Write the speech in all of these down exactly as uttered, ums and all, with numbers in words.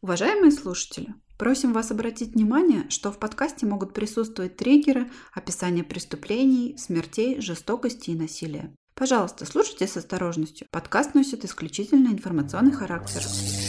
Уважаемые слушатели, просим вас обратить внимание, что в подкасте могут присутствовать триггеры, описание преступлений, смертей, жестокости и насилия. Пожалуйста, слушайте с осторожностью. Подкаст носит исключительно информационный характер.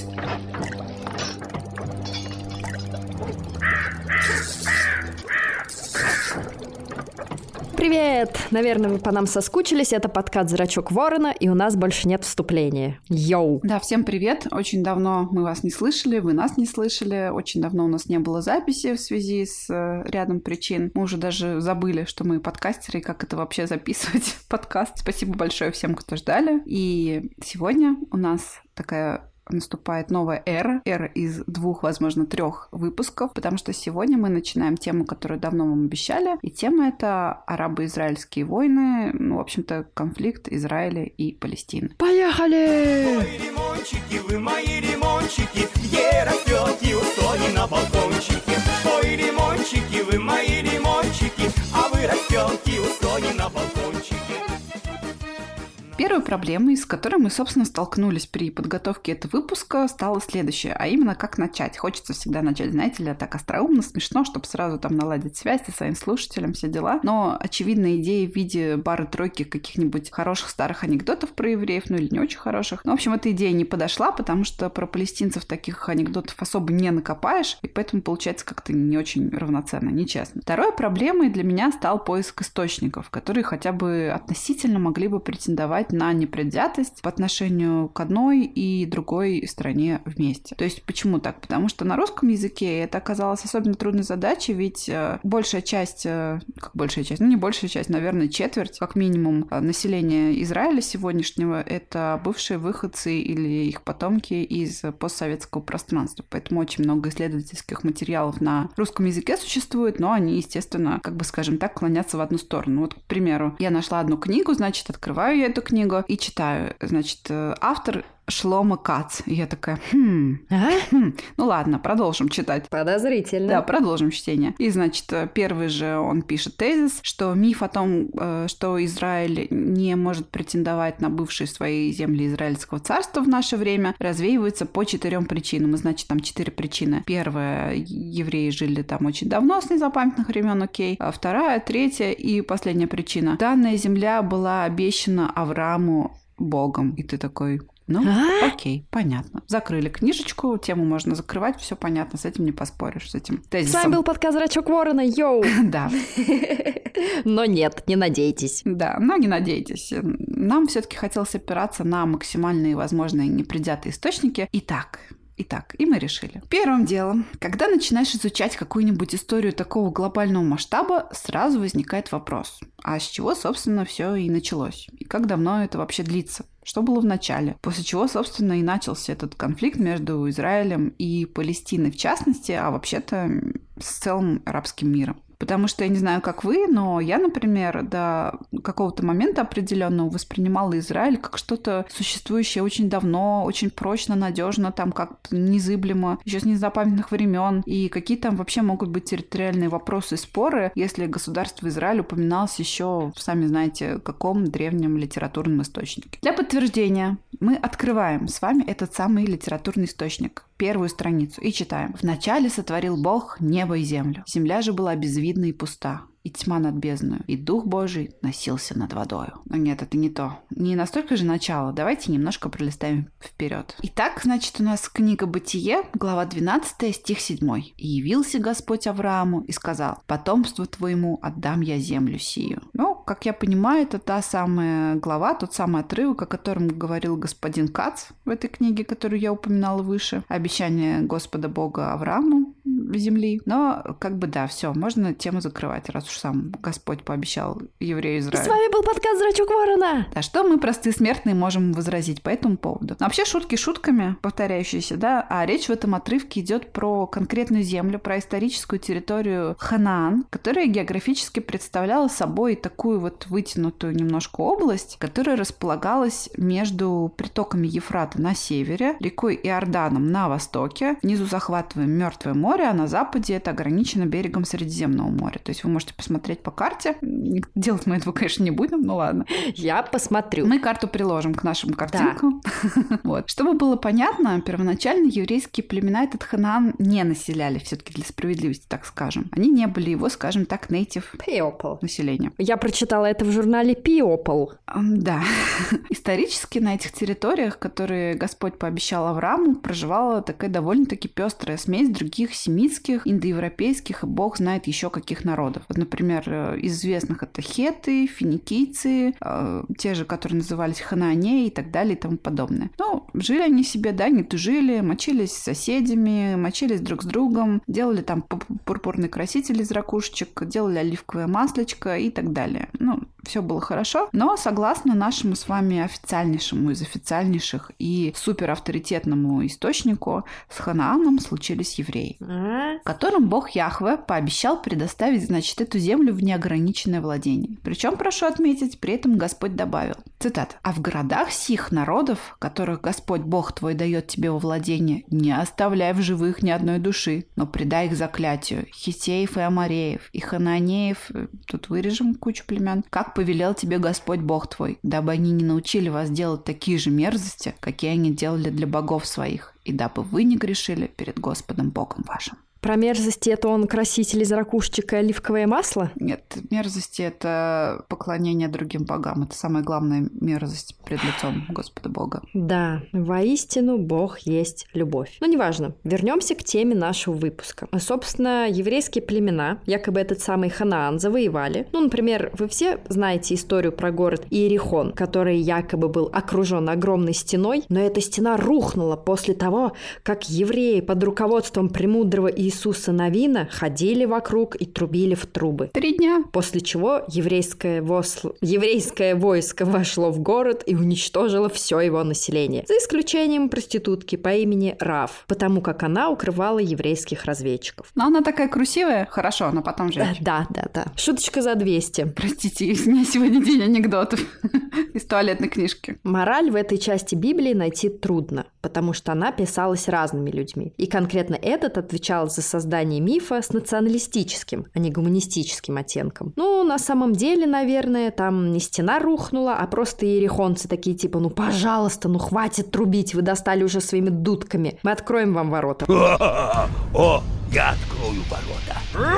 Привет! Наверное, вы по нам соскучились. Это подкаст «Зрачок Ворона», и у нас больше нет вступления. Йоу! Да, всем привет! Очень давно мы вас не слышали, вы нас не слышали. Очень давно у нас не было записи в связи с э, рядом причин. Мы уже даже забыли, что мы подкастеры, и как это вообще записывать подкаст. Спасибо большое всем, кто ждали. И сегодня у нас такая... наступает новая эра, эра из двух, возможно, трех выпусков, потому что сегодня мы начинаем тему, которую давно вам обещали, и тема это арабо-израильские войны, ну, в общем-то, конфликт Израиля и Палестины. Поехали! Ой, лимончики, вы мои лимончики, где растете устои на балкончике? Ой, лимончики, вы мои лимончики, а вы растете устои на балкончике. Первой проблемой, с которой мы, собственно, столкнулись при подготовке этого выпуска, стало следующее, а именно как начать. Хочется всегда начать, знаете ли, так остроумно, смешно, чтобы сразу там наладить связь со своим слушателем, все дела. Но очевидная идея в виде пары-тройки каких-нибудь хороших старых анекдотов про евреев, ну или не очень хороших. Ну, в общем, эта идея не подошла, потому что про палестинцев таких анекдотов особо не накопаешь, и поэтому получается как-то не очень равноценно, нечестно. Второй проблемой для меня стал поиск источников, которые хотя бы относительно могли бы претендовать на непредвзятость по отношению к одной и другой стране вместе. То есть почему так? Потому что на русском языке это оказалось особенно трудной задачей, ведь большая часть, как большая часть, ну не большая часть, наверное, четверть, как минимум, населения Израиля сегодняшнего — это бывшие выходцы или их потомки из постсоветского пространства. Поэтому очень много исследовательских материалов на русском языке существует, но они, естественно, как бы, скажем так, клонятся в одну сторону. Вот, к примеру, я нашла одну книгу, значит, открываю я эту книгу и читаю. Значит, автор Шломо Кац. И я такая, хм, А? хм, ну ладно, продолжим читать. Подозрительно. Да, продолжим чтение. И, значит, первый же он пишет тезис, что миф о том, что Израиль не может претендовать на бывшие свои земли Израильского царства в наше время, развеивается по четырем причинам. И, значит, там четыре причины. Первая, евреи жили там очень давно, с незапамятных времен, окей. А вторая, третья и последняя причина. Данная земля была обещана Аврааму Богом. И ты такой... Ну, А? окей, понятно. Закрыли книжечку, тему можно закрывать, все понятно, с этим не поспоришь, с этим тезисом. С вами был подкаст «Зрачок Ворона», йоу! Да. Но нет, не надейтесь. Да, но не надейтесь. Нам все-таки хотелось опираться на максимальные возможные непредвзятые источники. Итак... Итак, и мы решили. Первым делом, когда начинаешь изучать какую-нибудь историю такого глобального масштаба, сразу возникает вопрос, а с чего, собственно, все и началось? И как давно это вообще длится? Что было в начале? После чего, собственно, и начался этот конфликт между Израилем и Палестиной в частности, а вообще-то с целым арабским миром. Потому что я не знаю, как вы, но я, например, до какого-то момента определенного воспринимала Израиль как что-то существующее очень давно, очень прочно, надежно, там как-то незыблемо, еще с незапамятных времен. И какие там вообще могут быть территориальные вопросы и споры, если государство Израиль упоминалось еще в, сами знаете, каком древнем литературном источнике. Для подтверждения мы открываем с вами этот самый литературный источник, первую страницу, и читаем. «Вначале сотворил Бог небо и землю. Земля же была безвидна и пуста, и тьма над бездною, и Дух Божий носился над водою». Но нет, это не то. Не настолько же начало. Давайте немножко пролистаем вперед. Итак, значит, у нас книга «Бытие», глава двенадцатая, стих седьмой. «И явился Господь Аврааму и сказал: потомству твоему отдам я землю сию». Ну, как я понимаю, это та самая глава, тот самый отрывок, о котором говорил господин Кац в этой книге, которую я упоминала выше. Обещание Господа Бога Аврааму земли. Но, как бы, да, все, можно тему закрывать, раз уж сам Господь пообещал еврею Израиля. С вами был подкаст «Зрачок Ворона». Да, что мы, простые смертные, можем возразить по этому поводу? Но вообще шутки шутками, повторяющиеся, да, а речь в этом отрывке идет про конкретную землю, про историческую территорию Ханаан, которая географически представляла собой такую вот вытянутую немножко область, которая располагалась между притоками Ефрата на севере, рекой Иорданом на востоке, внизу захватываем Мертвое море, а на западе это ограничено берегом Средиземного моря. То есть вы можете посмотреть по карте. Делать мы этого, конечно, не будем, ну ладно. Я посмотрю. Мы карту приложим к нашим картинкам. Да. Вот. Чтобы было понятно, первоначально еврейские племена этот Ханаан не населяли, все-таки для справедливости, так скажем. Они не были его, скажем так, native People. населением. Я прочитала это в журнале People. Да. Исторически на этих территориях, которые Господь пообещал Аврааму, проживала такая довольно-таки пестрая смесь других семитских, индоевропейских и бог знает еще каких народов. Вот, например, из известных это хетты, финикийцы, э, те же, которые назывались ханаанеи и так далее и тому подобное. Ну, жили они себе, да, не тужили, мочились с соседями, мочились друг с другом, делали там пурпурный краситель из ракушечек, делали оливковое маслечко и так далее. Ну, все было хорошо, но согласно нашему с вами официальнейшему из официальнейших и суперавторитетному источнику, с Ханааном случились евреи, которым Бог Яхве пообещал предоставить, значит, эту землю в неограниченное владение. Причем, прошу отметить, при этом Господь добавил, цитата, «А в городах сих народов, которых Господь Бог твой дает тебе во владение, не оставляй в живых ни одной души, но предай их заклятию, хиттеев и амореев, и ханаанеев», тут вырежем кучу племен, «как повелел тебе Господь Бог твой, дабы они не научили вас делать такие же мерзости, какие они делали для богов своих, и дабы вы не грешили перед Господом Богом вашим». Про мерзости это он краситель из ракушечек и оливковое масло? Нет, мерзости — это поклонение другим богам. Это самая главная мерзость пред лицом Господа Бога. Да, воистину Бог есть любовь. Но неважно, вернемся к теме нашего выпуска. Собственно, еврейские племена, якобы этот самый Ханаан, завоевали. Ну, например, вы все знаете историю про город Иерихон, который якобы был окружен огромной стеной, но эта стена рухнула после того, как евреи под руководством премудрого Иисуса Иисуса Навина ходили вокруг и трубили в трубы. Три дня. После чего еврейское, восло... еврейское войско вошло в город и уничтожило все его население. За исключением проститутки по имени Рав, потому как она укрывала еврейских разведчиков. Но она такая красивая. Хорошо, но потом женщина. Да, да, да. Шуточка за двести. Простите, у меня сегодня день анекдотов из туалетной книжки. Мораль в этой части Библии найти трудно, потому что она писалась разными людьми. И конкретно этот отвечал за создание мифа с националистическим, а не гуманистическим оттенком. Ну, на самом деле, наверное, там не стена рухнула, а просто иерихонцы такие типа, ну, пожалуйста, ну, хватит трубить, вы достали уже своими дудками. Мы откроем вам ворота. О, я открою ворота.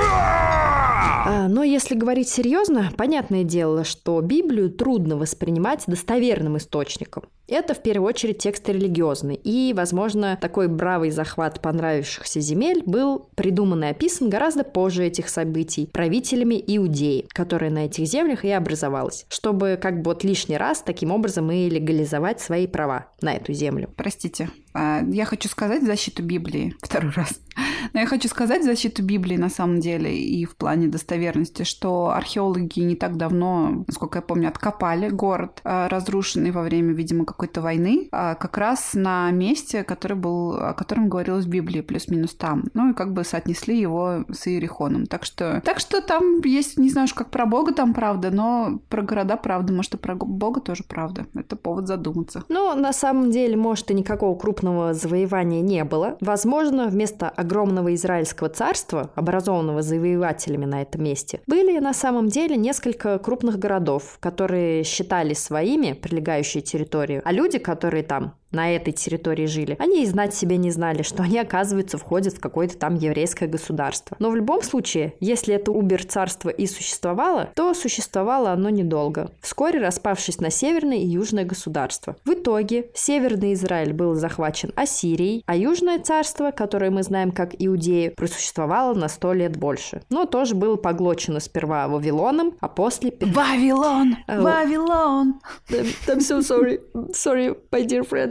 А, но если говорить серьезно, понятное дело, что Библию трудно воспринимать достоверным источником. Это, в первую очередь, текст религиозный. И, возможно, такой бравый захват понравившихся земель был придуман и описан гораздо позже этих событий правителями Иудеи, которая на этих землях и образовалась, чтобы как бы вот лишний раз таким образом и легализовать свои права на эту землю. Простите, я хочу сказать в защиту Библии второй раз. Но я хочу сказать в защиту Библии на самом деле и в плане достоверности, что археологи не так давно, насколько я помню, откопали город, разрушенный во время, видимо, какой-то войны, как раз на месте, который был, о котором говорилось в Библии, плюс-минус там. Ну и как бы соотнесли его с Иерихоном. Так что, так что там есть, не знаю, как про Бога там правда, но про города правда, может и про Бога тоже правда. Это повод задуматься. Ну, на самом деле, может, и никакого крупного завоевания не было. Возможно, вместо огромного Израильского царства, образованного завоевателями на этом месте, были на самом деле несколько крупных городов, которые считали своими прилегающие территории, а люди, которые там на этой территории жили, они и знать себе не знали, что они, оказывается, входят в какое-то там еврейское государство. Но в любом случае, если это Убер-царство и существовало, то существовало оно недолго, вскоре распавшись на северное и южное государство. В итоге Северный Израиль был захвачен Ассирией, а Южное царство, которое мы знаем как Иудею, просуществовало на сто лет больше. Но тоже было поглочено сперва Вавилоном, а после... Вавилон! Oh. Вавилон! I'm so sorry. Sorry, my dear friend.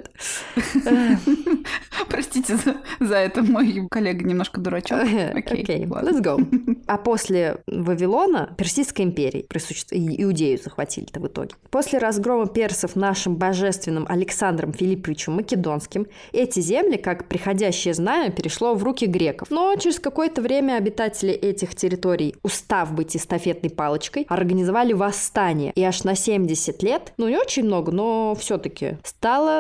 Простите за, за это, мой коллега немножко дурачок. Окей, okay, okay, let's go. А после Вавилона Персидская империя присутствует, Иудею захватили-то в итоге. После разгрома персов нашим божественным Александром Филипповичем Македонским эти земли, как приходящее знамя, перешло в руки греков. Но через какое-то время обитатели этих территорий, устав быть эстафетной палочкой, организовали восстание. И аж на семьдесят лет, ну не очень много, но все-таки стало... Хоть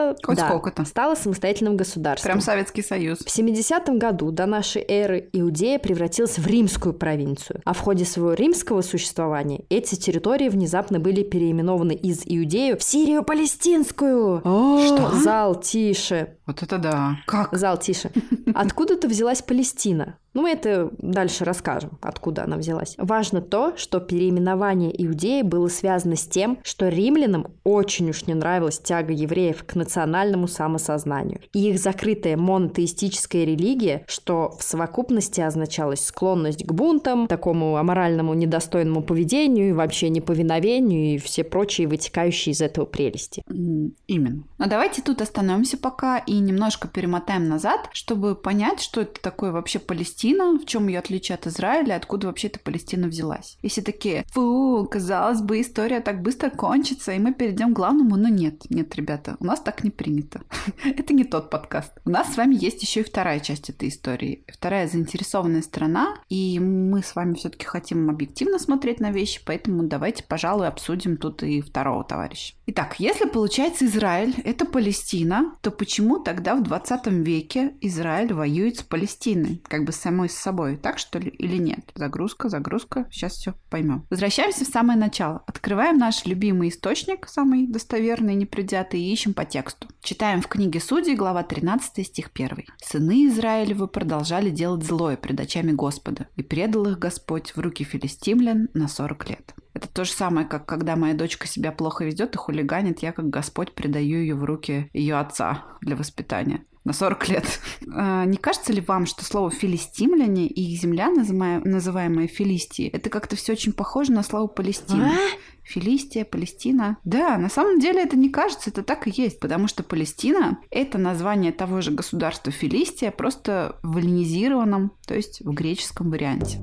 Да, сколько-то. стала самостоятельным государством. Прям Советский Союз. В семидесятом году до нашей эры Иудея превратилась в римскую провинцию, а в ходе своего римского существования эти территории внезапно были переименованы из Иудею в Сирию Палестинскую. Что? Зал, тише. Вот это да. Как? Зал, тише. Откуда-то взялась Палестина. Ну, мы это дальше расскажем, откуда она взялась. Важно то, что переименование Иудеи было связано с тем, что римлянам очень уж не нравилась тяга евреев к национальному самосознанию. И их закрытая монотеистическая религия, что в совокупности означалась склонность к бунтам, такому аморальному недостойному поведению и вообще неповиновению и все прочие вытекающие из этого прелести. Именно. Но давайте тут остановимся пока и немножко перемотаем назад, чтобы понять, что это такое вообще Палестина, в чем ее отличие от Израиля, откуда вообще эта Палестина взялась. Если такие, фу, казалось бы, история так быстро кончится, и мы перейдем к главному, но нет, нет, ребята, у нас так не принято. Это не тот подкаст. У нас с вами есть еще и вторая часть этой истории. Вторая заинтересованная сторона, и мы с вами все-таки хотим объективно смотреть на вещи, поэтому давайте, пожалуй, обсудим тут и второго товарища. Итак, если получается Израиль — это Палестина, то почему тогда в двадцатом веке Израиль воюет с Палестиной? Как бы самой с собой, так что ли, или нет? Загрузка, загрузка, сейчас все поймем. Возвращаемся в самое начало. Открываем наш любимый источник, самый достоверный, непредвзятый, и ищем по тексту. Читаем в книге Судей, глава тринадцатая, стих первый. «Сыны Израилевы продолжали делать злое пред очами Господа, и предал их Господь в руки филистимлян на сорок лет». Это то же самое, как когда моя дочка себя плохо ведет и хулиганит, я как Господь предаю ее в руки ее отца для воспитания. На сорок лет. Не кажется ли вам, что слово «филистимляне» и их земля, называемая Филистией, это как-то все очень похоже на слово «Палестина»? Филистия, Палестина. Да, на самом деле это не кажется, это так и есть, потому что Палестина — это название того же государства Филистия, просто в эллинизированном, то есть в греческом варианте.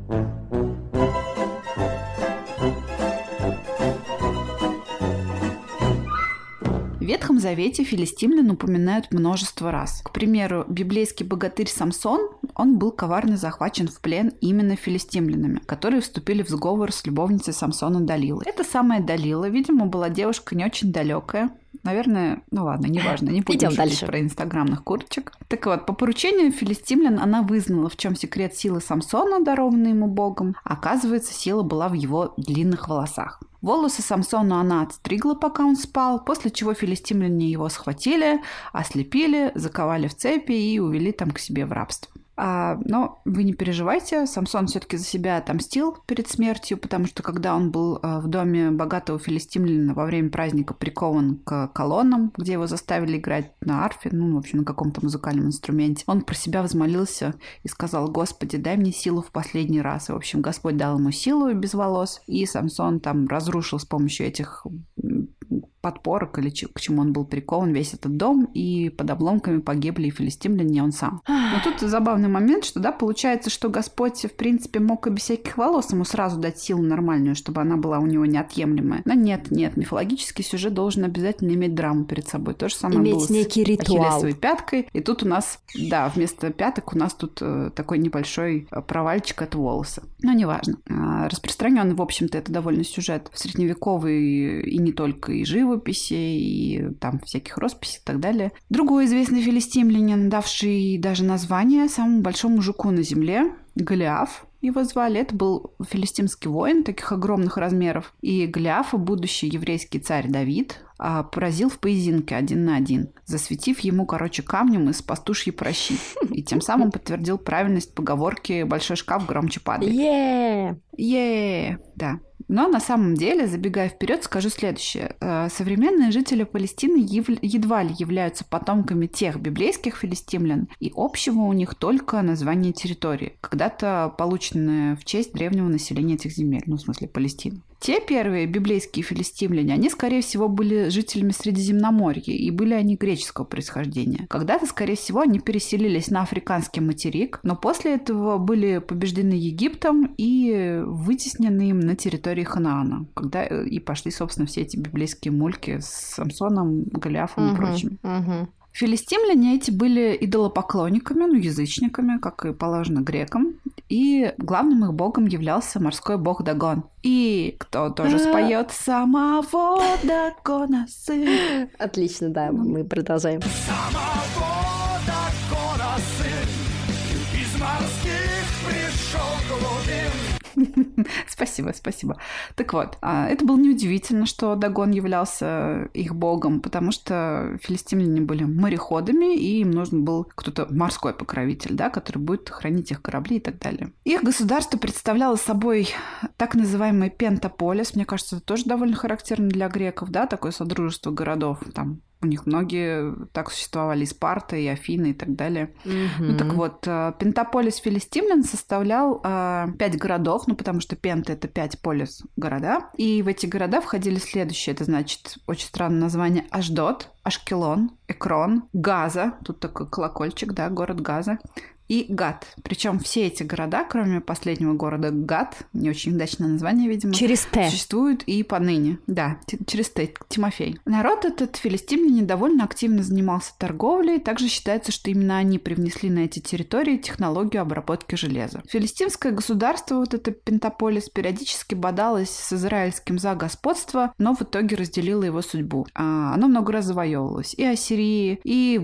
В Ветхом Завете филистимлян упоминают множество раз. К примеру, библейский богатырь Самсон, он был коварно захвачен в плен именно филистимлянами, которые вступили в сговор с любовницей Самсона Далилой. Эта самая Далила, видимо, была девушка не очень далекая. Наверное, ну ладно, неважно, не будем шутить дальше про инстаграмных курочек. Так вот, по поручению филистимлян она вызнала, в чем секрет силы Самсона, дарованной ему Богом. Оказывается, сила была в его длинных волосах. Волосы Самсону она отстригла, пока он спал, после чего филистимляне его схватили, ослепили, заковали в цепи и увели там к себе в рабство. А, но вы не переживайте, Самсон все-таки за себя отомстил перед смертью, потому что когда он был в доме богатого филистимляна во время праздника прикован к колоннам, где его заставили играть на арфе, ну, в общем, на каком-то музыкальном инструменте, он про себя взмолился и сказал: «Господи, дай мне силу в последний раз». И, в общем, Господь дал ему силу без волос, и Самсон там разрушил с помощью этих подпорок, или к чему он был прикован, весь этот дом, и под обломками погибли и филистимляне, и он сам. Но тут забавный момент, что, да, получается, что Господь, в принципе, мог и без всяких волос ему сразу дать силу нормальную, чтобы она была у него неотъемлемая. Но нет, нет, мифологический сюжет должен обязательно иметь драму перед собой. То же самое иметь было некий с ритуал. Ахиллесовой пяткой. И тут у нас, да, вместо пяток у нас тут э, такой небольшой провальчик — это волосы. Но неважно. Э, распространен, в общем-то, это довольно сюжет в средневековой и не только, и живописи, и там всяких росписей и так далее. Другой известный филистимлянин, давший даже название самому большому жуку на земле, Голиаф его звали. Это был филистимский воин таких огромных размеров. И Голиафа будущий еврейский царь Давид поразил в поединке один на один, засветив ему, короче, камнем из пастушьей прощи. И тем самым подтвердил правильность поговорки «большой шкаф громче падает». Е-е-е! Е-е-е! Да. Но на самом деле, забегая вперед, скажу следующее. Современные жители Палестины едва ли являются потомками тех библейских филистимлян, и общего у них только название территории, когда-то полученное в честь древнего населения этих земель, ну, в смысле, Палестины. Те первые библейские филистимляне, они, скорее всего, были жителями Средиземноморья, и были они греческого происхождения. Когда-то, скорее всего, они переселились на африканский материк, но после этого были побеждены Египтом и вытеснены им на территории Ханаана, когда и пошли, собственно, все эти библейские мульки с Самсоном, Голиафом uh-huh, и прочими. Uh-huh. Филистимляне эти были идолопоклонниками, ну, язычниками, как и положено грекам. И главным их богом являлся морской бог Дагон. И кто тоже споет самого Дагона сын. Отлично, да, мы продолжаем. Самого Дагона сын из морских пришел глубин. Спасибо, спасибо. Так вот, это было неудивительно, что Дагон являлся их богом, потому что филистимляне были мореходами, и им нужен был кто-то морской покровитель, да, который будет хранить их корабли и так далее. Их государство представляло собой так называемый Пентаполис. Мне кажется, это тоже довольно характерно для греков, да, такое содружество городов, там у них многие так существовали, и Спарта, и Афины, и так далее. Mm-hmm. Ну так вот, Пентаполис филистимлян составлял э, пять городов, ну потому что Пента — это пять полис города. И в эти города входили следующие. Это значит, очень странное название: Ашдод, Ашкелон, Экрон, Газа, тут такой колокольчик, да, город Газа, и Гат. Причем все эти города, кроме последнего города Гат, не очень удачное название, видимо, через Т, существуют и поныне. Да, через Т, Тимофей. Народ этот филистимляне довольно активно занимался торговлей. Также считается, что именно они привнесли на эти территории технологию обработки железа. Филистимское государство, вот это Пентаполис, периодически бодалось с израильским за господство, но в итоге разделило его судьбу. А, оно много раз завоевывалось и Ассирией, и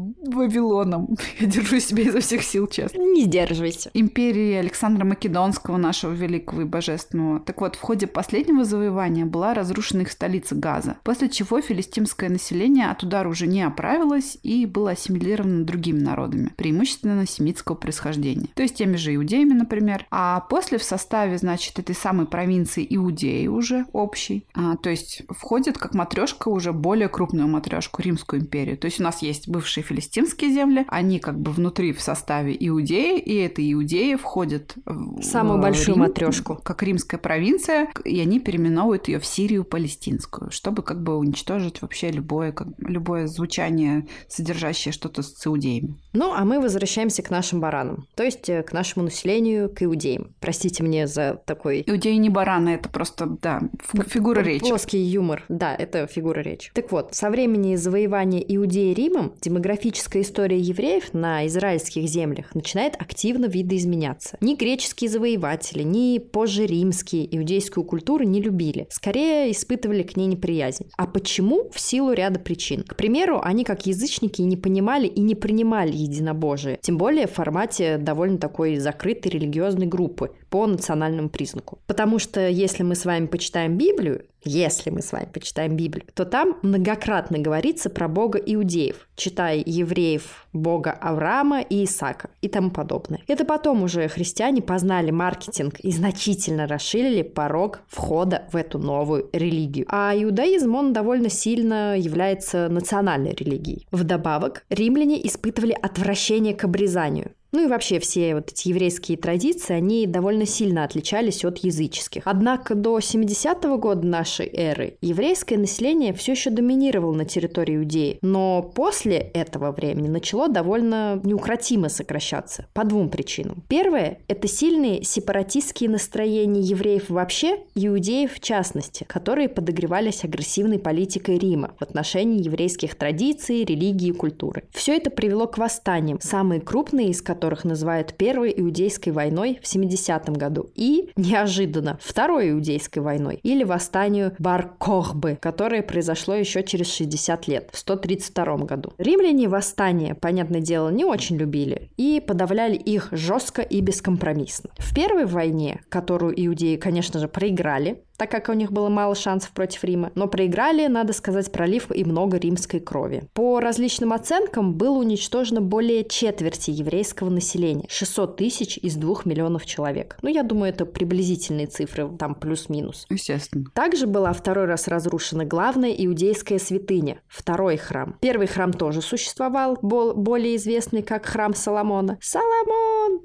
Вавилоном. Я держу себя изо всех сил, честно. Не сдерживайся. Империи Александра Македонского, нашего великого и божественного. Так вот, в ходе последнего завоевания была разрушена их столица Газа, после чего филистимское население от удара уже не оправилось и было ассимилировано другими народами, преимущественно семитского происхождения. То есть теми же иудеями, например. А после в составе, значит, этой самой провинции Иудеи уже общей, а, то есть входит как матрешка уже более крупную матрешку, Римскую империю. То есть у нас есть бывшие филистимские земли, они как бы внутри в составе Иудеи, и эта Иудея входит в самую большую Рим, матрешку, как римская провинция, и они переименовывают ее в Сирию Палестинскую, чтобы как бы уничтожить вообще любое, как, любое звучание, содержащее что-то с иудеями. Ну, а мы возвращаемся к нашим баранам, то есть к нашему населению, к иудеям. Простите мне за такой... Иудеи не бараны, это просто, да, фигура речи. Плоский юмор, да, это фигура речи. Так вот, со времени завоевания Иудеи Римом демографическая история евреев на израильских землях начинает активно видоизменяться. Ни греческие завоеватели, ни позже римские иудейскую культуру не любили. Скорее, испытывали к ней неприязнь. А почему? В силу ряда причин. К примеру, они, как язычники, не понимали и не принимали единобожие. Тем более в формате довольно такой закрытой религиозной группы по национальному признаку. Потому что если мы с вами почитаем Библию, если мы с вами почитаем Библию, то там многократно говорится про бога иудеев, читай евреев, бога Авраама и Исаака и тому подобное. Это потом уже христиане познали маркетинг и значительно расширили порог входа в эту новую религию. А иудаизм, он довольно сильно является национальной религией. Вдобавок, римляне испытывали отвращение к обрезанию. Ну и вообще все вот эти еврейские традиции, они довольно сильно отличались от языческих. Однако до семидесятого года нашей эры еврейское население все еще доминировало на территории Иудеи. Но после этого времени начало довольно неукротимо сокращаться по двум причинам. Первое – это сильные сепаратистские настроения евреев вообще, иудеев в частности, которые подогревались агрессивной политикой Рима в отношении еврейских традиций, религии и культуры. Все это привело к восстаниям, самые крупные из которых которых называют Первой Иудейской войной в семидесятом году и, неожиданно, Второй Иудейской войной или восстанию Бар-Кохбы, которое произошло еще через шестьдесят лет, в сто тридцать втором году. Римляне восстания, понятное дело, не очень любили и подавляли их жестко и бескомпромиссно. В Первой войне, которую иудеи, конечно же, проиграли, так как у них было мало шансов против Рима, но проиграли, надо сказать, пролив и много римской крови. По различным оценкам было уничтожено более четверти еврейского населения, шестьсот тысяч из двух миллионов человек. Ну, я думаю, это приблизительные цифры, там плюс-минус. Естественно. Также была второй раз разрушена главная иудейская святыня, второй храм. Первый храм тоже существовал, более известный как храм Соломона. Соломон!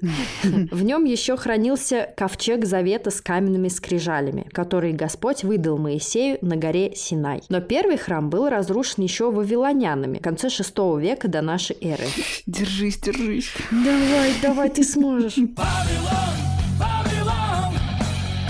В нем еще хранился ковчег завета с каменными скрижалями, который Господь выдал Моисею на горе Синай. Но первый храм был разрушен еще вавилонянами в конце шестого века до нашей эры. Держись, держись. Давай, давай, ты сможешь.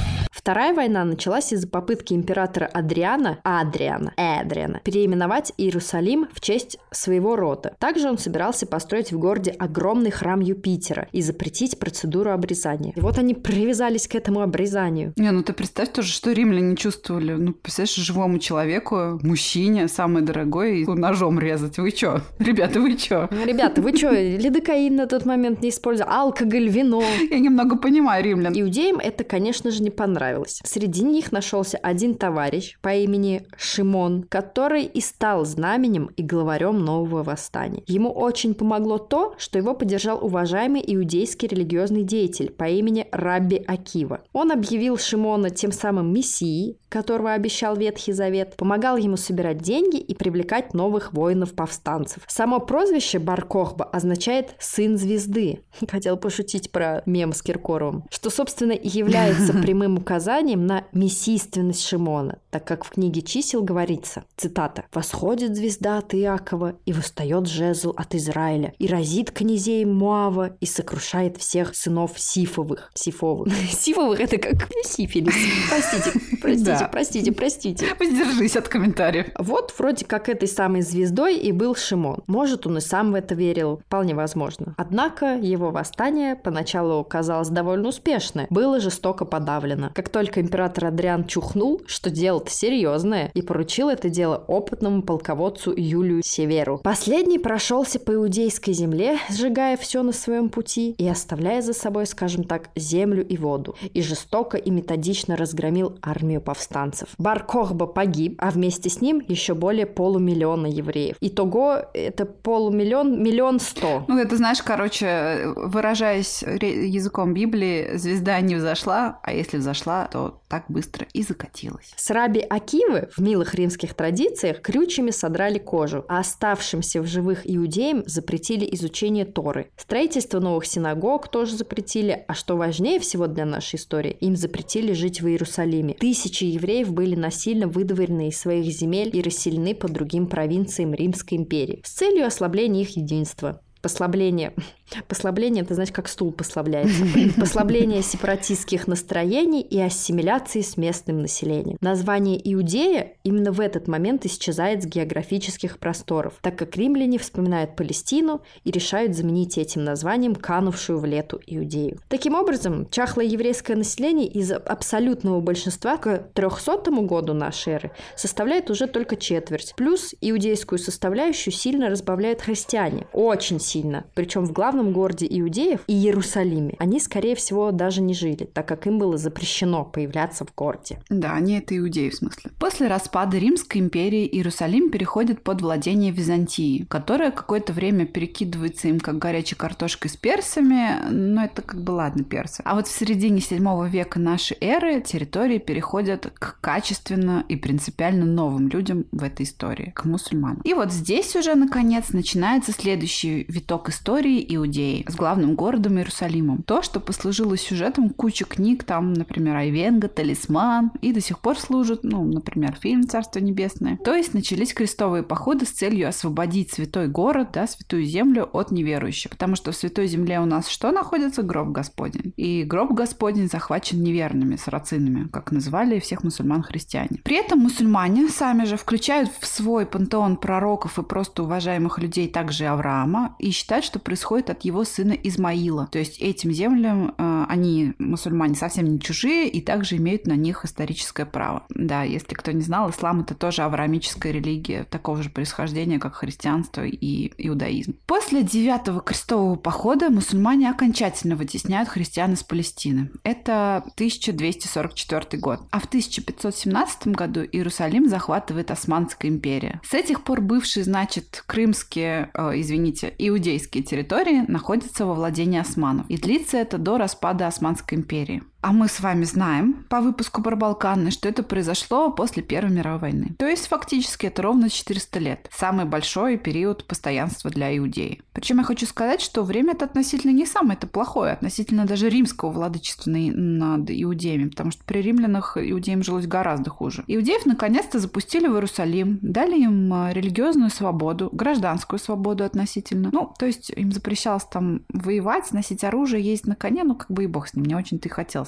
Вторая война началась из-за попытки императора Адриана, Адриана, Эдриана, переименовать Иерусалим в честь своего рода. Также он собирался построить в городе огромный храм Юпитера и запретить процедуру обрезания. И вот они привязались к этому обрезанию. Не, ну ты представь тоже, что римляне чувствовали. Ну, представляешь, живому человеку, мужчине, самое дорогое, ножом резать. Вы чё? Ребята, вы чё? Ребята, вы чё? Лидокаин на тот момент не использовали, алкоголь, вино. Я немного понимаю римлян. Иудеям это, конечно же, не понравилось. Среди них нашелся один товарищ по имени Шимон, который и стал знаменем и главарем нового восстания. Ему очень помогло то, что его поддержал уважаемый иудейский религиозный деятель по имени Рабби Акива. Он объявил Шимона тем самым мессией, которого обещал Ветхий Завет, помогал ему собирать деньги и привлекать новых воинов-повстанцев. Само прозвище Бар-Кохба означает «сын звезды». Хотел пошутить про мем с Киркоровым, что, собственно, и является прямым указанием на мессийственность Шимона, так как в книге чисел говорится, цитата, «Восходит звезда от Иакова, и восстает жезл от Израиля, и разит князей Моава, и сокрушает всех сынов Сифовых». Сифовых. Сифовых — это как сифилис. Простите, простите, простите, простите. Воздержись от комментариев. Вот вроде как этой самой звездой и был Шимон. Может, он и сам в это верил, вполне возможно. Однако его восстание поначалу казалось довольно успешное, было жестоко подавлено. Как только император Адриан чухнул, что дело-то серьезное, и поручил это дело опытному полководцу Юлию Северу. Последний прошелся по иудейской земле, сжигая все на своем пути и оставляя за собой, скажем так, землю и воду, и жестоко и методично разгромил армию повстанцев. Бар-Кохба погиб, а вместе с ним еще более полумиллиона евреев. Итого это полумиллион, миллион сто. Ну, это, знаешь, короче, выражаясь языком Библии, звезда не взошла, а если взошла, то так быстро и закатилась. С Рабби Акивы в милых римских традициях крючьями содрали кожу, а оставшимся в живых иудеям запретили изучение Торы. Строительство новых синагог тоже запретили, а что важнее всего для нашей истории, им запретили жить в Иерусалиме. Тысячи евреев были насильно выдворены из своих земель и расселены по другим провинциям Римской империи с целью ослабления их единства. Послабление. Послабление, это значит, как стул послабляется. Послабление сепаратистских настроений и ассимиляции с местным населением. Название Иудея именно в этот момент исчезает с географических просторов, так как римляне вспоминают Палестину и решают заменить этим названием канувшую в лету Иудею. Таким образом, чахлое еврейское население из абсолютного большинства к трехсотому году нашей эры составляет уже только четверть. Плюс иудейскую составляющую сильно разбавляют христиане. Очень сильно. Сильно. Причем в главном городе иудеев, Иерусалиме, они, скорее всего, даже не жили, так как им было запрещено появляться в городе. Да, они это иудеи в смысле. После распада Римской империи Иерусалим переходит под владение Византии, которая какое-то время перекидывается им как горячей картошкой с персами, но это как бы ладно, персы. А вот в середине седьмого века нашей эры территории переходят к качественно и принципиально новым людям в этой истории, к мусульманам. И вот здесь уже, наконец, начинается следующий виток истории Иудеи с главным городом Иерусалимом. То, что послужило сюжетом кучи книг, там, например, Айвенго, Талисман, и до сих пор служит, ну, например, фильм «Царство небесное». То есть начались крестовые походы с целью освободить святой город, да, святую землю от неверующих. Потому что в святой земле у нас что находится? Гроб Господень. И гроб Господень захвачен неверными, сарацинами, как называли всех мусульман христиане. При этом мусульмане сами же включают в свой пантеон пророков и просто уважаемых людей также Авраама, и считают, что происходит от его сына Измаила. То есть этим землям э, они, мусульмане, совсем не чужие и также имеют на них историческое право. Да, если кто не знал, ислам — это тоже авраамическая религия такого же происхождения, как христианство и иудаизм. После девятого крестового похода мусульмане окончательно вытесняют христиан из Палестины. Это тысяча двести сорок четвёртый год. А в тысяча пятьсот семнадцатом году Иерусалим захватывает Османская империя. С этих пор бывшие, значит, крымские, э, извините, иудейские территории находятся во владении османов. И длится это до распада Османской империи. А мы с вами знаем по выпуску про Балканы, что это произошло после Первой мировой войны. То есть фактически это ровно четыреста лет. Самый большой период постоянства для Иудеи. Причем я хочу сказать, что время это относительно не самое-то плохое, относительно даже римского владычества над иудеями, потому что при римлянах иудеям жилось гораздо хуже. Иудеев наконец-то запустили в Иерусалим, дали им религиозную свободу, гражданскую свободу относительно. Ну, то есть им запрещалось там воевать, носить оружие, ездить на коне, ну как бы и бог с ним, не очень-то и хотелось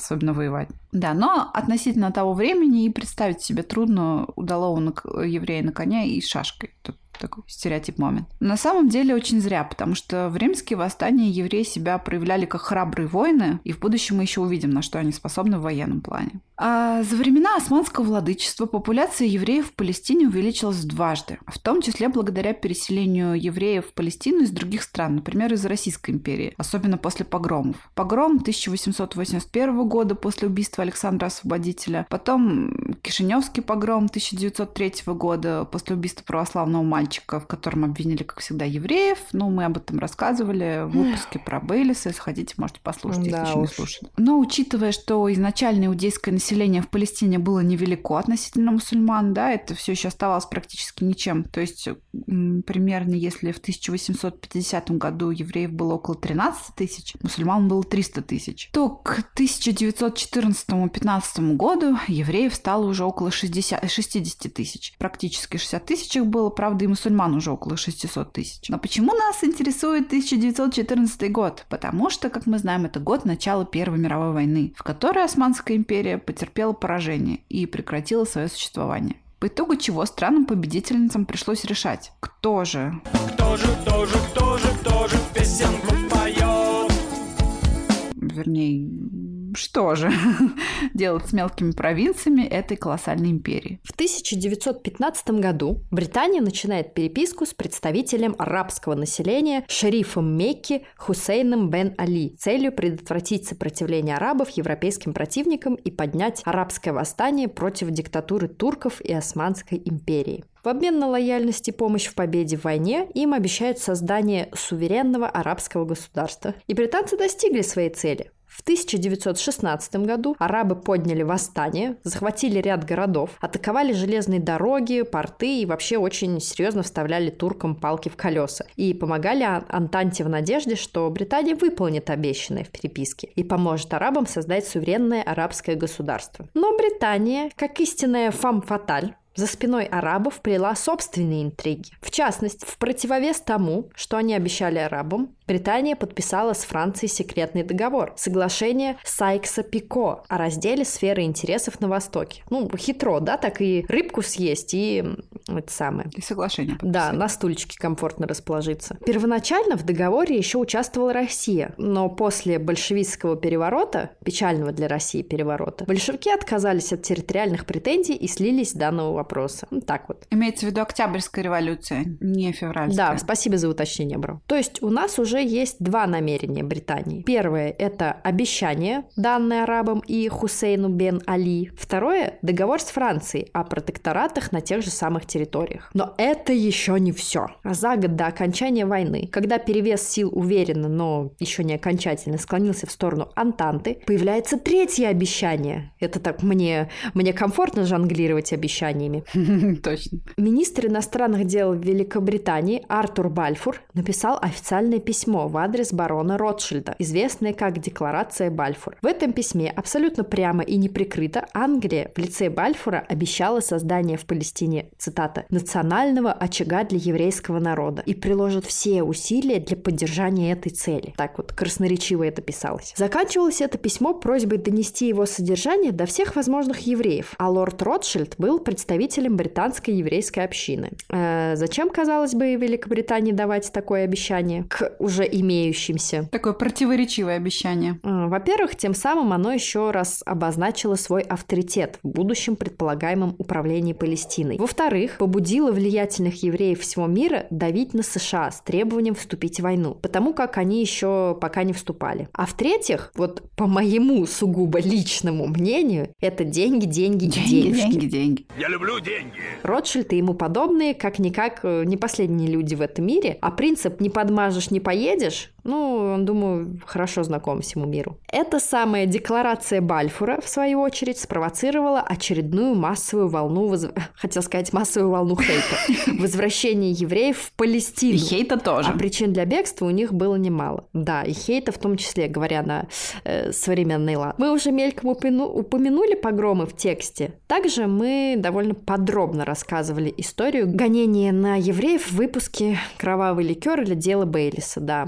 особенно воевать. Да, но относительно того времени и представить себе трудно удалого еврея на коня и с шашкой. Тут такой стереотип момент. На самом деле очень зря, потому что в римские восстания евреи себя проявляли как храбрые воины, и в будущем мы еще увидим, на что они способны в военном плане. А за времена османского владычества популяция евреев в Палестине увеличилась дважды, в том числе благодаря переселению евреев в Палестину из других стран, например, из Российской империи, особенно после погромов. Погром тысяча восемьсот восемьдесят первого года после убийства Александра Освободителя, потом Кишиневский погром тысяча девятьсот третьего года после убийства православного мальчика, в котором обвинили, как всегда, евреев. Ну, мы об этом рассказывали в выпуске про Бейлиса. Если хотите, можете послушать, да если еще уж. не слушали. Но учитывая, что изначально иудейское население в Палестине было невелико относительно мусульман, да, это все еще оставалось практически ничем. То есть, м, примерно, если в тысяча восемьсот пятидесятом году евреев было около тринадцать тысяч, мусульман было триста тысяч, то к тысяча девятьсот четырнадцатому-пятнадцатому году евреев стало уже около шестидесяти, шестидесяти тысяч. Практически шестьдесят тысяч их было, правда, и мусульман уже около шестисот тысяч. Но почему нас интересует тысяча девятьсот четырнадцатый год? Потому что, как мы знаем, это год начала Первой мировой войны, в которой Османская империя потерпела поражение и прекратила свое существование. По итогу чего странам-победительницам пришлось решать, кто же... Кто же, кто же, кто же, кто же песенку поет? Вернее, что же делать с мелкими провинциями этой колоссальной империи? В тысяча девятьсот пятнадцатом году Британия начинает переписку с представителем арабского населения шерифом Мекки Хусейном бен Али с целью предотвратить сопротивление арабов европейским противникам и поднять арабское восстание против диктатуры турков и Османской империи. В обмен на лояльность и помощь в победе в войне им обещают создание суверенного арабского государства. И британцы достигли своей цели. В тысяча девятьсот шестнадцатом году арабы подняли восстание, захватили ряд городов, атаковали железные дороги, порты и вообще очень серьезно вставляли туркам палки в колеса. И помогали Антанте в надежде, что Британия выполнит обещанное в переписке и поможет арабам создать суверенное арабское государство. Но Британия, как истинная фам-фаталь, за спиной арабов плела собственные интриги. В частности, в противовес тому, что они обещали арабам, Британия подписала с Францией секретный договор, соглашение Сайкса-Пико о разделе сферы интересов на Востоке. Ну, хитро, да, так и рыбку съесть, и это самое. И соглашение подписать. Да, на стульчике комфортно расположиться. Первоначально в договоре еще участвовала Россия, но после большевистского переворота, печального для России переворота, большевики отказались от территориальных претензий и слились с данного вопроса. Ну, так вот. Имеется в виду Октябрьская революция, не февральская. Да, спасибо за уточнение, бро. То есть у нас уже есть два намерения Британии. Первое – это обещание, данное арабам и Хусейну бен Али. Второе – договор с Францией о протекторатах на тех же самых территориях. Но это еще не все. За год до окончания войны, когда перевес сил уверенно, но еще не окончательно склонился в сторону Антанты, появляется третье обещание. Это так мне, мне комфортно жонглировать обещаниями. Точно. Министр иностранных дел Великобритании Артур Бальфур написал официальное письмо в адрес барона Ротшильда, известное как Декларация Бальфур. В этом письме абсолютно прямо и неприкрыто Англия в лице Бальфура обещала создание в Палестине, цитата, «национального очага для еврейского народа» и приложит все усилия для поддержания этой цели. Так вот красноречиво это писалось. Заканчивалось это письмо просьбой донести его содержание до всех возможных евреев, а лорд Ротшильд был представителем британской еврейской общины. Э, зачем, казалось бы, Великобритании давать такое обещание к уже имеющимся? Такое противоречивое обещание. Э, во-первых, тем самым оно еще раз обозначило свой авторитет в будущем предполагаемом управлении Палестиной. Во-вторых, побудило влиятельных евреев всего мира давить на США с требованием вступить в войну, потому как они еще пока не вступали. А в-третьих, вот по моему сугубо личному мнению, это деньги, деньги, Деньги, денежки. деньги, деньги. Я люблю деньги. Ротшильд и ему подобные, как-никак, не последние люди в этом мире, а принцип «не подмажешь, не поедешь», ну, он, думаю, хорошо знаком всему миру. Эта самая декларация Бальфура, в свою очередь, спровоцировала очередную массовую волну, воз... хотел сказать, массовую волну хейта, возвращение евреев в Палестину. И хейта тоже. А причин для бегства у них было немало. Да, и хейта в том числе, говоря на э, современный лад. Мы уже мельком упомяну... упомянули погромы в тексте. Также мы довольно подробно рассказывали историю гонения на евреев в выпуске «Кровавый ликер» или «Дело Бейлиса». Да, кто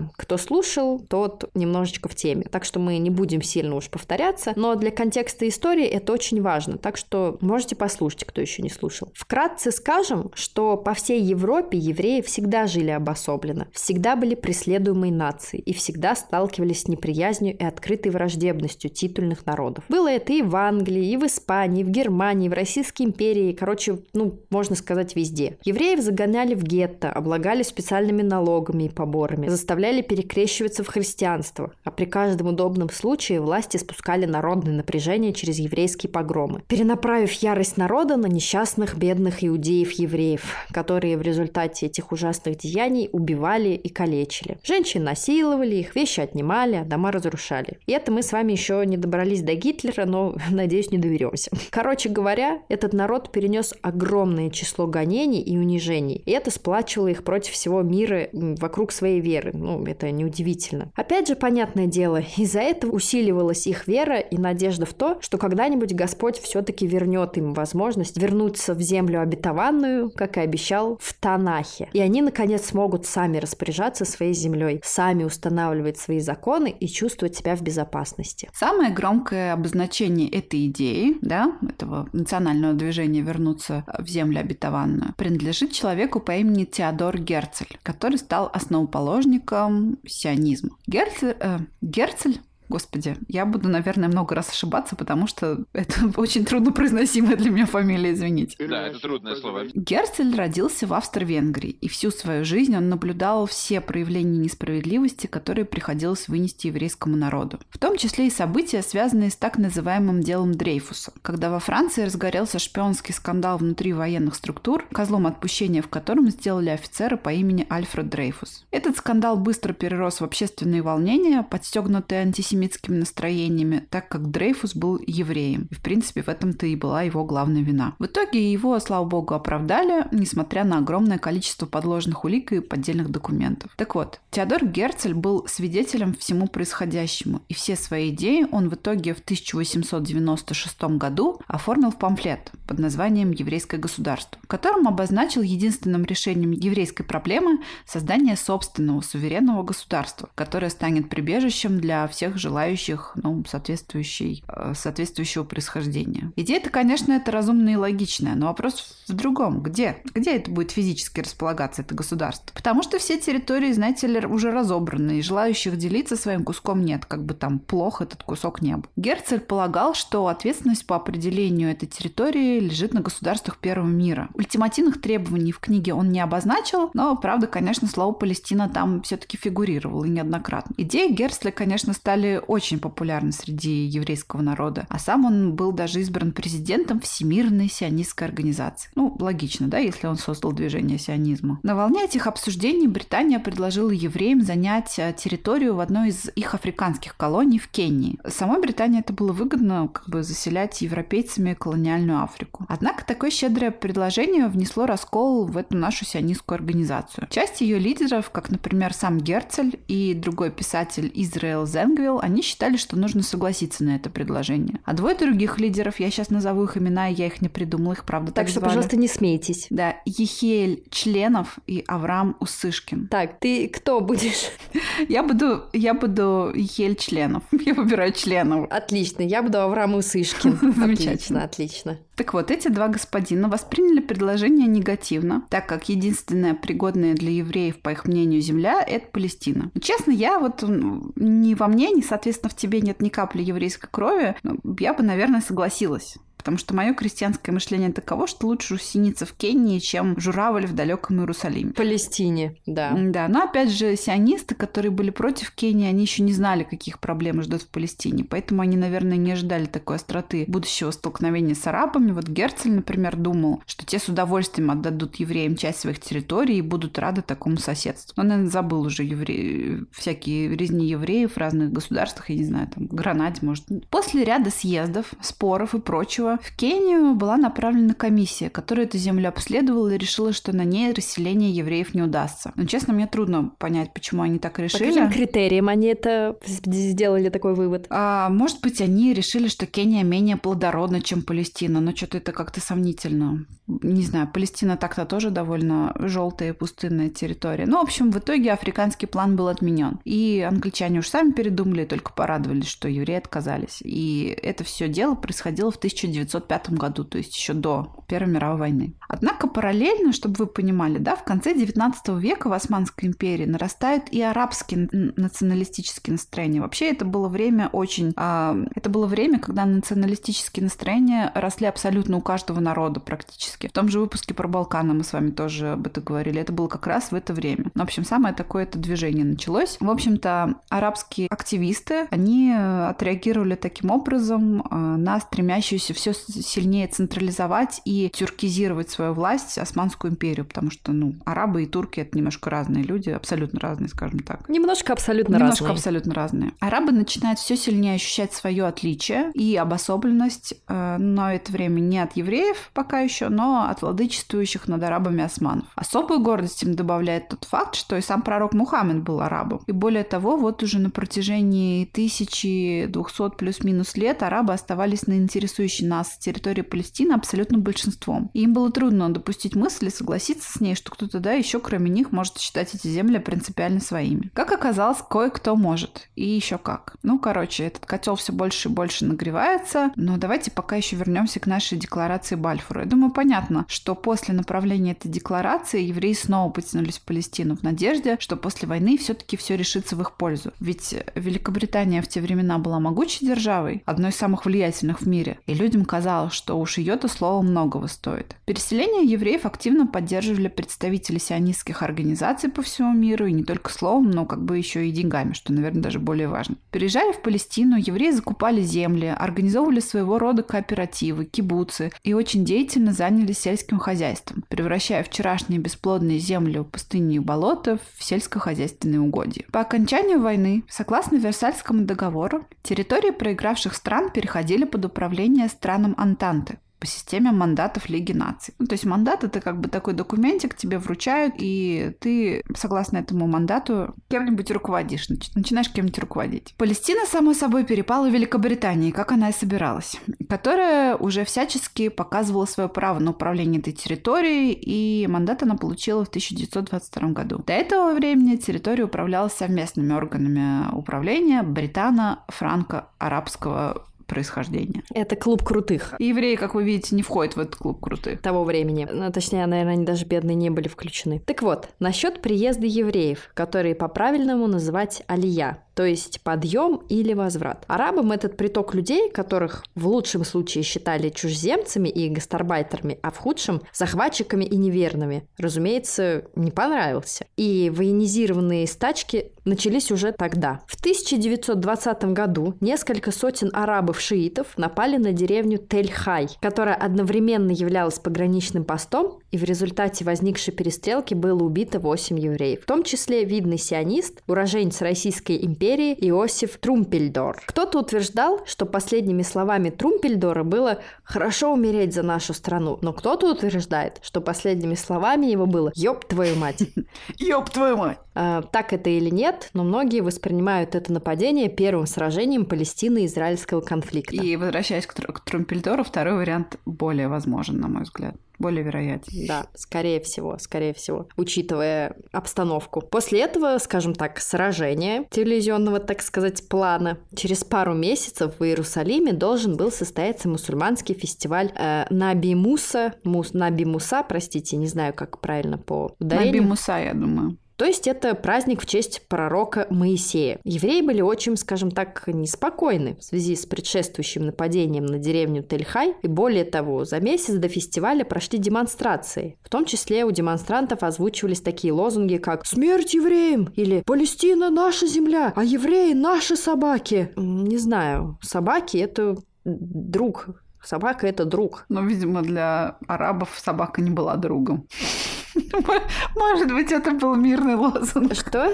слушал, тот немножечко в теме. Так что мы не будем сильно уж повторяться, но для контекста истории это очень важно, так что можете послушать, кто еще не слушал. Вкратце скажем, что по всей Европе евреи всегда жили обособленно, всегда были преследуемой нацией и всегда сталкивались с неприязнью и открытой враждебностью титульных народов. Было это и в Англии, и в Испании, и в Германии, и в Российской империи, короче, ну, можно сказать, везде. Евреев загоняли в гетто, облагали специальными налогами и поборами, заставляли перекрещиваться в христианство, а при каждом удобном случае власти спускали народное напряжение через еврейские погромы, перенаправив ярость народа на несчастных бедных иудеев-евреев, которые в результате этих ужасных деяний убивали и калечили. Женщин насиловали, их вещи отнимали, а дома разрушали. И это мы с вами еще не добрались до Гитлера, но, надеюсь, не доберемся. Короче говоря, этот народ перенес огромное число гонений и унижений, и это сплачивало их против всего мира вокруг своей веры. Ну, это неудивительно. Опять же, понятное дело, из-за этого усиливалась их вера и надежда в то, что когда-нибудь Господь все-таки вернет им возможность вернуться в землю обетованную, как и обещал в Танахе. И они, наконец, смогут сами распоряжаться своей землей, сами устанавливать свои законы и чувствовать себя в безопасности. Самое громкое обозначение этой идеи, да, этого национального движения вернуться в землю обетованную, принадлежит человеку по имени Теодор Герцель, который стал основоположником сионизма. Герцель, э, Герцель Господи, я буду, наверное, много раз ошибаться, потому что это очень трудно произносимая для меня фамилия, извините. Да, это трудное слово. Герцель родился в Австро-Венгрии, и всю свою жизнь он наблюдал все проявления несправедливости, которые приходилось вынести еврейскому народу. В том числе и события, связанные с так называемым делом Дрейфуса, когда во Франции разгорелся шпионский скандал внутри военных структур, козлом отпущения в котором сделали офицера по имени Альфред Дрейфус. Этот скандал быстро перерос в общественные волнения, подстегнутые антисемитскими настроениями, так как Дрейфус был евреем. И, в принципе, в этом-то и была его главная вина. В итоге его, слава богу, оправдали, несмотря на огромное количество подложных улик и поддельных документов. Так вот, Теодор Герцель был свидетелем всему происходящему, и все свои идеи он в итоге в тысяча восемьсот девяносто шестом году оформил в памфлет под названием «Еврейское государство», в котором обозначил единственным решением еврейской проблемы создание собственного суверенного государства, которое станет прибежищем для всех желающих, ну, соответствующей, соответствующего происхождения. Идея-то, конечно, это разумная и логичная, но вопрос в другом. Где? Где это будет физически располагаться, это государство? Потому что все территории, знаете ли, уже разобраны, и желающих делиться своим куском нет, как бы там плохо этот кусок не был. Герцель полагал, что ответственность по определению этой территории лежит на государствах первого мира. Ультимативных требований в книге он не обозначил, но, правда, конечно, слово «Палестина» там все-таки фигурировало и неоднократно. Идеи Герцля, конечно, стали очень популярны среди еврейского народа, а сам он был даже избран президентом Всемирной сионистской организации. Ну, логично, да, если он создал движение сионизма. На волне этих обсуждений Британия предложила евреям занять территорию в одной из их африканских колоний в Кении. Самой Британии это было выгодно, как бы заселять европейцами колониальную Африку. Однако такое щедрое предложение внесло раскол в эту нашу сионистскую организацию. Часть ее лидеров, как, например, сам Герцель и другой писатель Израэль Зенгвилл, они считали, что нужно согласиться на это предложение. А двое других лидеров, я сейчас назову их имена, я их не придумала, их правда так, так что, звали. Пожалуйста, не смейтесь. Да, Ехиэль Членов и Авраам Усышкин. Так, ты кто будешь? Я буду, я буду Ехиэль Членов. Я выбираю Членов. Отлично, я буду Авраам Усышкин. Замечательно, отлично. Так вот, эти два господина восприняли предложение негативно, так как единственная пригодная для евреев, по их мнению, земля – это Палестина. Честно, я вот ни во мне, ни, соответственно, в тебе нет ни капли еврейской крови, я бы, наверное, согласилась. Потому что мое крестьянское мышление таково, что лучше усиниться в Кении, чем журавль в далеком Иерусалиме. Палестине, да. Да, но опять же, сионисты, которые были против Кении, они еще не знали, каких проблем ждут в Палестине. Поэтому они, наверное, не ожидали такой остроты будущего столкновения с арабами. Вот Герцель, например, думал, что те с удовольствием отдадут евреям часть своих территорий и будут рады такому соседству. Он, наверное, забыл уже евре... всякие резни евреев в разных государствах, я не знаю, там, Гранаде, может. После ряда съездов, споров и прочего, что в Кению была направлена комиссия, которая эту землю обследовала и решила, что на ней расселение евреев не удастся. Но, честно, мне трудно понять, почему они так решили. По каким критериям они это сделали, такой вывод? А, может быть, они решили, что Кения менее плодородна, чем Палестина, но что-то это как-то сомнительно. Не знаю, Палестина так-то тоже довольно желтая пустынная территория. Ну, в общем, в итоге африканский план был отменен. И англичане уж сами передумали, только порадовались, что евреи отказались. И это все дело происходило в тысяча девятьсот пятом году, то есть еще до Первой мировой войны. Однако параллельно, чтобы вы понимали, да, в конце девятнадцатого века в Османской империи нарастают и арабские националистические настроения. Вообще это было время очень... Э, это было время, когда националистические настроения росли абсолютно у каждого народа практически. В том же выпуске про Балканы мы с вами тоже об этом говорили. Это было как раз в это время. В общем, самое такое это движение началось. В общем-то, арабские активисты, они отреагировали таким образом на стремящуюся все сильнее централизовать и тюркизировать свою власть Османскую империю, потому что, ну, арабы и турки — это немножко разные люди, абсолютно разные, скажем так. Немножко абсолютно немножко разные. Немножко абсолютно разные. Арабы начинают все сильнее ощущать свое отличие и обособленность, э, но это время не от евреев пока еще, но от владычествующих над арабами османов. Особую гордость им добавляет тот факт, что и сам пророк Мухаммед был арабом. И более того, вот уже на протяжении тысячи двухсот плюс-минус лет арабы оставались на интересующей нас территории Палестины абсолютным большинством. И им было трудно допустить мысли, согласиться с ней, что кто-то, да, еще кроме них может считать эти земли принципиально своими. Как оказалось, кое-кто может. И еще как. Ну, короче, этот котел все больше и больше нагревается. Но давайте пока еще вернемся к нашей декларации Бальфура. Я думаю, понятно, что после направления этой декларации евреи снова потянулись в Палестину в надежде, что после войны все-таки все решится в их пользу. Ведь Великобритания в те времена была могучей державой, одной из самых влиятельных в мире. И людям казалось, что уж ее-то слово многого стоит. Переселение евреев активно поддерживали представители сионистских организаций по всему миру, и не только словом, но как бы еще и деньгами, что, наверное, даже более важно. Переезжая в Палестину, евреи закупали земли, организовывали своего рода кооперативы, кибуцы и очень деятельно занялись сельским хозяйством, превращая вчерашние бесплодные земли, пустыни и болота в сельскохозяйственные угодья. По окончанию войны, согласно Версальскому договору, территории проигравших стран переходили под управление странам Антанты по системе мандатов Лиги наций. Ну, то есть мандат — это как бы такой документик, тебе вручают, и ты, согласно этому мандату, кем-нибудь руководишь, начинаешь кем-нибудь руководить. Палестина, само собой, перепала Великобритании, как она и собиралась, которая уже всячески показывала свое право на управление этой территорией, и мандат она получила в тысяча девятьсот двадцать втором году. До этого времени территория управлялась совместными органами управления британо-франко-арабского происхождения. Это клуб крутых. И евреи, как вы видите, не входят в этот клуб крутых. Того времени. Ну, точнее, наверное, они даже бедные не были включены. Так вот, насчет приезда евреев, которые по-правильному называть алия, то есть подъем или возврат. Арабам этот приток людей, которых в лучшем случае считали чужеземцами и гастарбайтерами, а в худшем – захватчиками и неверными, разумеется, не понравился. И военизированные стачки начались уже тогда. В тысяча девятьсот двадцатом году несколько сотен арабов-шиитов напали на деревню Тель-Хай, которая одновременно являлась пограничным постом, и в результате возникшей перестрелки было убито восемь евреев, в том числе видный сионист, уроженец Российской империи Иосиф Трумпельдор. Кто-то утверждал, что последними словами Трумпельдора было «хорошо умереть за нашу страну», но кто-то утверждает, что последними словами его было «ёб твою мать». Ёб твою мать. А, так это или нет, но многие воспринимают это нападение первым сражением Палестино-израильского конфликта. И возвращаясь к, Тру- к Трумпельдору, второй вариант более возможен, на мой взгляд. Более вероятен. Да, скорее всего, скорее всего, учитывая обстановку. После этого, скажем так, сражения телевизионного, так сказать, плана, через пару месяцев в Иерусалиме должен был состояться мусульманский фестиваль э, Наби Муса, Мус, Наби Муса, простите, не знаю, как правильно по ударению. Наби Муса, я думаю. То есть это праздник в честь пророка Моисея. Евреи были очень, скажем так, неспокойны в связи с предшествующим нападением на деревню Тель-Хай. И более того, за месяц до фестиваля прошли демонстрации. В том числе у демонстрантов озвучивались такие лозунги, как «Смерть евреям!» или «Палестина – наша земля, а евреи – наши собаки». Не знаю, собаки – это друг. Собака – это друг. Но, видимо, для арабов собака не была другом. Может быть, это был мирный лозунг. Что?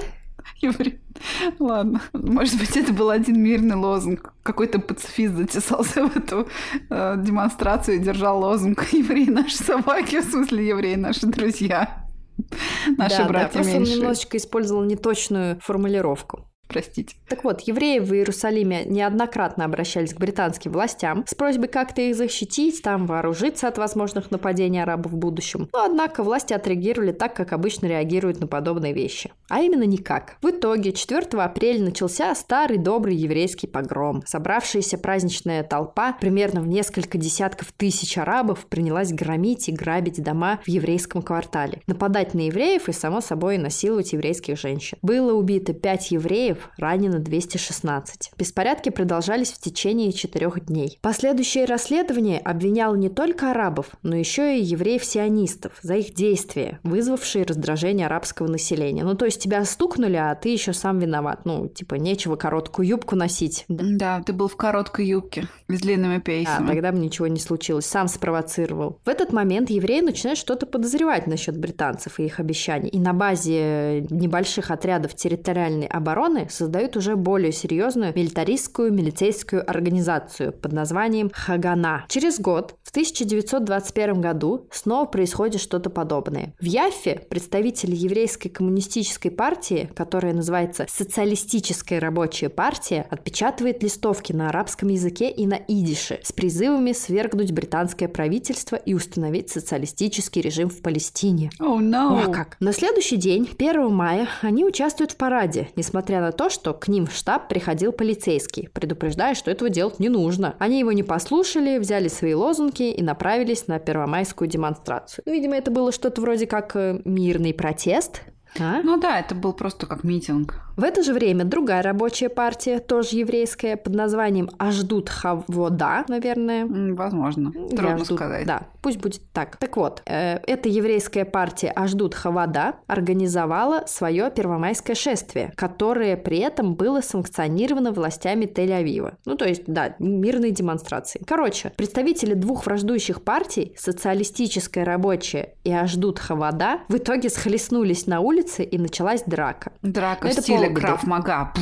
Евреи. Ладно. Может быть, это был один мирный лозунг. Какой-то пацифист затесался в эту э, демонстрацию и держал лозунг «Евреи наши собаки», в смысле «Евреи наши друзья». Наши да, братья да, просто меньшие. он немножечко использовал неточную формулировку. Простите. Так вот, евреи в Иерусалиме неоднократно обращались к британским властям с просьбой как-то их защитить, там вооружиться от возможных нападений арабов в будущем. Но, однако, власти отреагировали так, как обычно реагируют на подобные вещи. А именно никак. В итоге четвёртого апреля начался старый добрый еврейский погром. Собравшаяся праздничная толпа, примерно в несколько десятков тысяч арабов, принялась громить и грабить дома в еврейском квартале. Нападать на евреев и, само собой, насиловать еврейских женщин. Было убито пять евреев, ранено двести шестнадцать. Беспорядки продолжались в течение четырех дней. Последующее расследование обвиняло не только арабов, но еще и евреев-сионистов за их действия, вызвавшие раздражение арабского населения. Ну, то есть тебя стукнули, а ты еще сам виноват. Ну, типа, нечего короткую юбку носить. Да, ты был в короткой юбке с длинными пейсами. А, тогда бы ничего не случилось. Сам спровоцировал. В этот момент евреи начинают что-то подозревать насчет британцев и их обещаний. И на базе небольших отрядов территориальной обороны создают уже более серьезную милитаристскую милицейскую организацию под названием Хагана. Через год, в тысяча девятьсот двадцать первом году, снова происходит что-то подобное. В Яффе представители еврейской коммунистической партии, которая называется Социалистическая рабочая партия, отпечатывает листовки на арабском языке и на идише с призывами свергнуть британское правительство и установить социалистический режим в Палестине. Oh, no. О, как! На следующий день, первого мая, они участвуют в параде, несмотря на то, что к ним в штаб приходил полицейский, предупреждая, что этого делать не нужно. Они его не послушали, взяли свои лозунги и направились на первомайскую демонстрацию. Ну, видимо, это было что-то вроде как мирный протест. А? Ну да, это был просто как митинг. В это же время другая рабочая партия, тоже еврейская, под названием Аждут Хавода, наверное. Возможно. Трудно Аждут, сказать. Да, пусть будет так. Так вот, э, эта еврейская партия Аждут Хавода организовала свое первомайское шествие, которое при этом было санкционировано властями Тель-Авива. Ну, то есть, да, мирные демонстрации. Короче, представители двух враждующих партий, социалистическая рабочая и Аждут Хавода, в итоге схлестнулись на улице и началась драка. Драка в стиле Крав-Мага.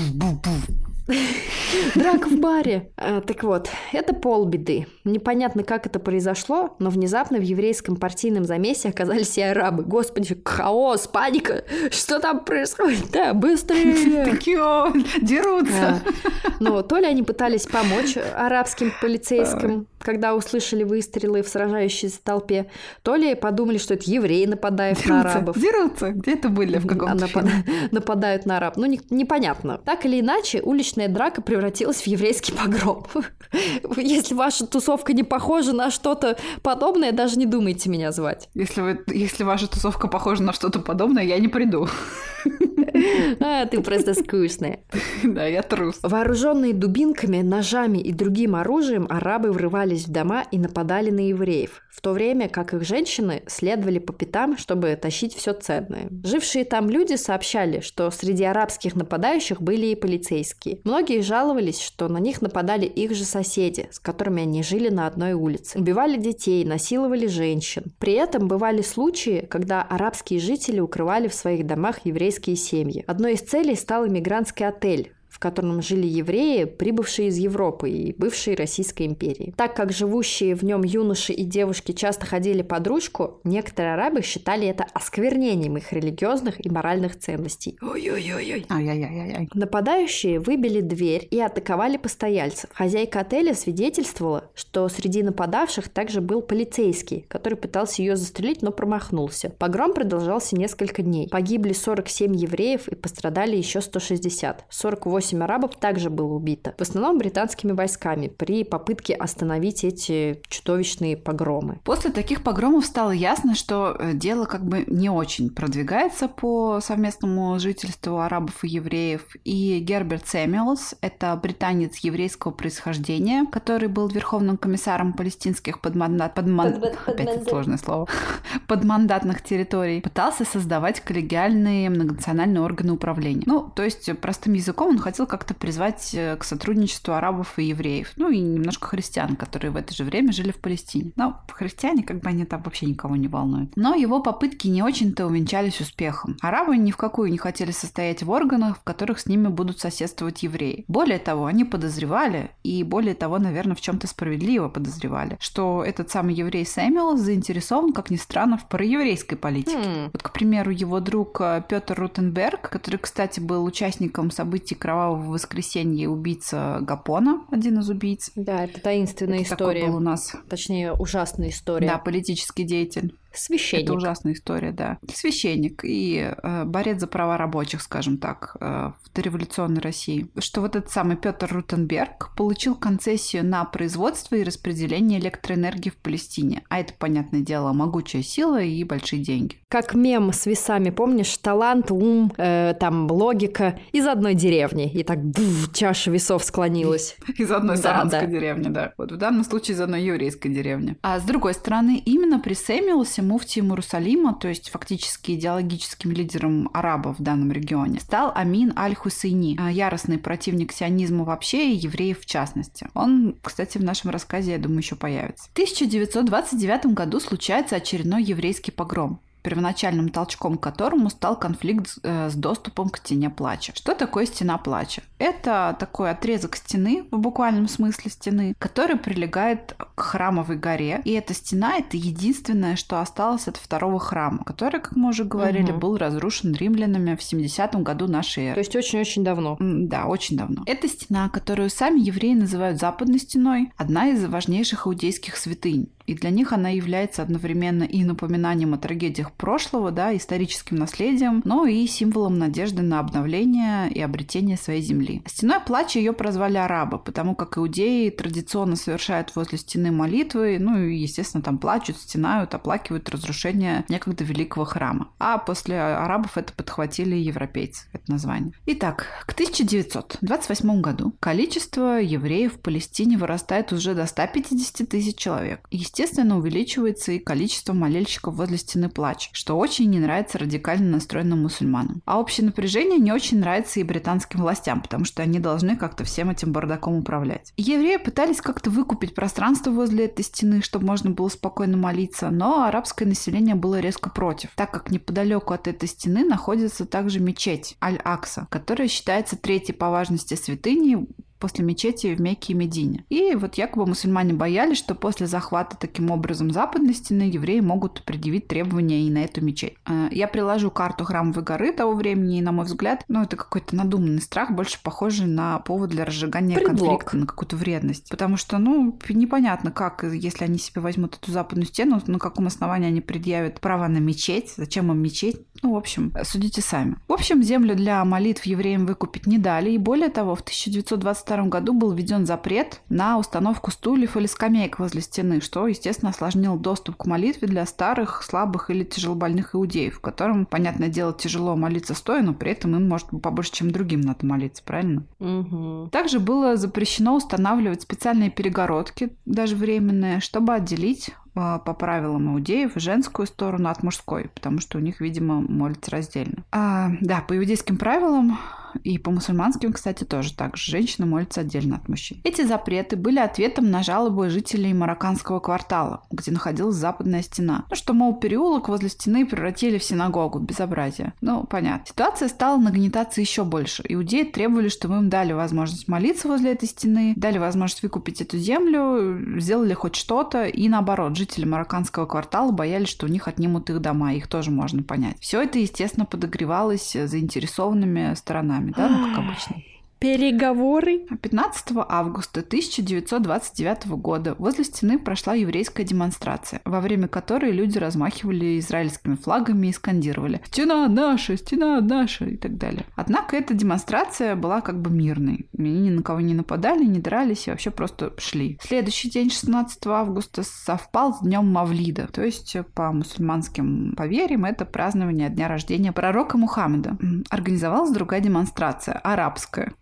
Драка в баре. А, так вот, это полбеды. Непонятно, как это произошло, но внезапно в еврейском партийном замесе оказались и арабы. Господи, хаос, паника. Что там происходит? Да, быстрее. Такие дерутся. Ну, то ли они пытались помочь арабским полицейским, когда услышали выстрелы в сражающейся толпе, то ли подумали, что это евреи нападают на арабов. Дерутся. Где это были? В каком-то фильме? Нападают на араб. Ну, непонятно. Так или иначе, уличная драка превратилась в еврейский погром. Если ваша тусовка не похожа на что-то подобное, даже не думайте меня звать. Если, вы, если ваша тусовка похожа на что-то подобное, я не приду. А, ты просто скучная. Да, я трус. Вооруженные дубинками, ножами и другим оружием, арабы врывались в дома и нападали на евреев, в то время как их женщины следовали по пятам, чтобы тащить все ценное. Жившие там люди сообщали, что среди арабских нападающих были и полицейские. Многие жаловались, что на них нападали их же соседи, с которыми они жили на одной улице. Убивали детей, насиловали женщин. При этом бывали случаи, когда арабские жители укрывали в своих домах еврейские семьи. Одной из целей стал иммигрантский отель, в котором жили евреи, прибывшие из Европы и бывшей Российской империи. Так как живущие в нем юноши и девушки часто ходили под ручку, некоторые арабы считали это осквернением их религиозных и моральных ценностей. Ой-ой-ой-ой. Ай-яй-яй-яй. Нападающие выбили дверь и атаковали постояльцев. Хозяйка отеля свидетельствовала, что среди нападавших также был полицейский, который пытался ее застрелить, но промахнулся. Погром продолжался несколько дней. Погибли сорок семь евреев и пострадали еще сто шестьдесят. сорок восемь арабов также было убито, в основном британскими войсками, при попытке остановить эти чудовищные погромы. После таких погромов стало ясно, что дело как бы не очень продвигается по совместному жительству арабов и евреев. И Герберт Сэмюэлс, это британец еврейского происхождения, который был верховным комиссаром палестинских подманда... подман... Под... Опять это сложное слово. подмандатных территорий, пытался создавать коллегиальные многонациональные органы управления. Ну, то есть, простым языком, он хотел, хотел как-то призвать к сотрудничеству арабов и евреев, ну и немножко христиан, которые в это же время жили в Палестине. Но христиане, как бы они там вообще никого не волнуют. Но его попытки не очень-то увенчались успехом. Арабы ни в какую не хотели состоять в органах, в которых с ними будут соседствовать евреи. Более того, они подозревали, и более того, наверное, в чем-то справедливо подозревали, что этот самый еврей Сэмюэл заинтересован, как ни странно, в проеврейской политике. Mm. Вот, к примеру, его друг Петр Рутенберг, который, кстати, был участником событий Кровавого воскресенья и убийца Гапона, один из убийц. Да, это таинственная это история. Такой был у нас. Точнее, ужасная история. Да, политический деятель. Священник. Это ужасная история, да. Священник и э, борец за права рабочих, скажем так, э, в дореволюционной России. Что вот этот самый Петр Рутенберг получил концессию на производство и распределение электроэнергии в Палестине. А это, понятное дело, могучая сила и большие деньги. Как мем с весами, помнишь? Талант, ум, э, там, логика из одной деревни. И так бух, чаша весов склонилась. Из одной саранской деревни, да. Вот в данном случае из одной еврейской деревни. А с другой стороны, именно при Сэмюэлсе муфтием Иерусалима, то есть фактически идеологическим лидером арабов в данном регионе, стал Амин аль-Хусейни, яростный противник сионизма вообще и евреев в частности. Он, кстати, в нашем рассказе, я думаю, еще появится. В тысяча девятьсот двадцать девятом году случается очередной еврейский погром, первоначальным толчком к которому стал конфликт с доступом к стене плача. Что такое стена плача? Это такой отрезок стены, в буквальном смысле стены, который прилегает к храмовой горе. И эта стена — это единственное, что осталось от второго храма, который, как мы уже говорили, угу. был разрушен римлянами в семидесятом году нашей эры. То есть очень-очень давно. Да, очень давно. Эта стена, которую сами евреи называют Западной стеной, одна из важнейших иудейских святынь. И для них она является одновременно и напоминанием о трагедиях прошлого, да, историческим наследием, но и символом надежды на обновление и обретение своей земли. Стеной плача ее прозвали арабы, потому как иудеи традиционно совершают возле стены молитвы, ну и, естественно, там плачут, стенают, оплакивают разрушение некогда великого храма. А после арабов это подхватили европейцы, это название. Итак, к тысяча девятьсот двадцать восьмому году количество евреев в Палестине вырастает уже до ста пятидесяти тысяч человек. Естественно, увеличивается и количество молельщиков возле стены плача, что очень не нравится радикально настроенным мусульманам. А общее напряжение не очень нравится и британским властям, потому что они должны как-то всем этим бардаком управлять. Евреи пытались как-то выкупить пространство возле этой стены, чтобы можно было спокойно молиться, но арабское население было резко против, так как неподалеку от этой стены находится также мечеть Аль-Акса, которая считается третьей по важности святыней после мечети в Мекке и Медине. И вот якобы мусульмане боялись, что после захвата таким образом западной стены евреи могут предъявить требования и на эту мечеть. Я приложу карту храмовой горы того времени, и, на мой взгляд, ну, это какой-то надуманный страх, больше похожий на повод для разжигания Предлог. конфликта, на какую-то вредность. Потому что, ну, непонятно, как, если они себе возьмут эту западную стену, на каком основании они предъявят права на мечеть, зачем им мечеть. Ну, в общем, судите сами. В общем, землю для молитв евреям выкупить не дали, и более того, в тысяча девятьсот двадцать втором году был введен запрет на установку стульев или скамеек возле стены, что, естественно, осложнило доступ к молитве для старых, слабых или тяжелобольных иудеев, которым, понятное дело, тяжело молиться стоя, но при этом им, может, побольше, чем другим надо молиться, правильно? Угу. Также было запрещено устанавливать специальные перегородки, даже временные, чтобы отделить по правилам иудеев женскую сторону от мужской, потому что у них, видимо, молятся раздельно. А, да, по иудейским правилам и по мусульманским, кстати, тоже так же. Женщина молится отдельно от мужчин. Эти запреты были ответом на жалобы жителей марокканского квартала, где находилась западная стена. Ну, что, мол, переулок возле стены превратили в синагогу. Безобразие. Ну, понятно. Ситуация стала нагнетаться еще больше. Иудеи требовали, чтобы им дали возможность молиться возле этой стены, дали возможность выкупить эту землю, сделали хоть что-то, и наоборот, жители марокканского квартала боялись, что у них отнимут их дома, их тоже можно понять. Все это, естественно, подогревалось заинтересованными сторонами. Да, ну, как обычно. Переговоры. пятнадцатого августа тысяча девятьсот двадцать девятого года возле стены прошла еврейская демонстрация, во время которой люди размахивали израильскими флагами и скандировали «Стена наша! Стена наша!» и так далее. Однако эта демонстрация была как бы мирной. Они ни на кого не нападали, не дрались и вообще просто шли. Следующий день, шестнадцатого августа, совпал с днем Мавлида, то есть по мусульманским поверьям это празднование дня рождения пророка Мухаммеда. Организовалась другая демонстрация, арабская.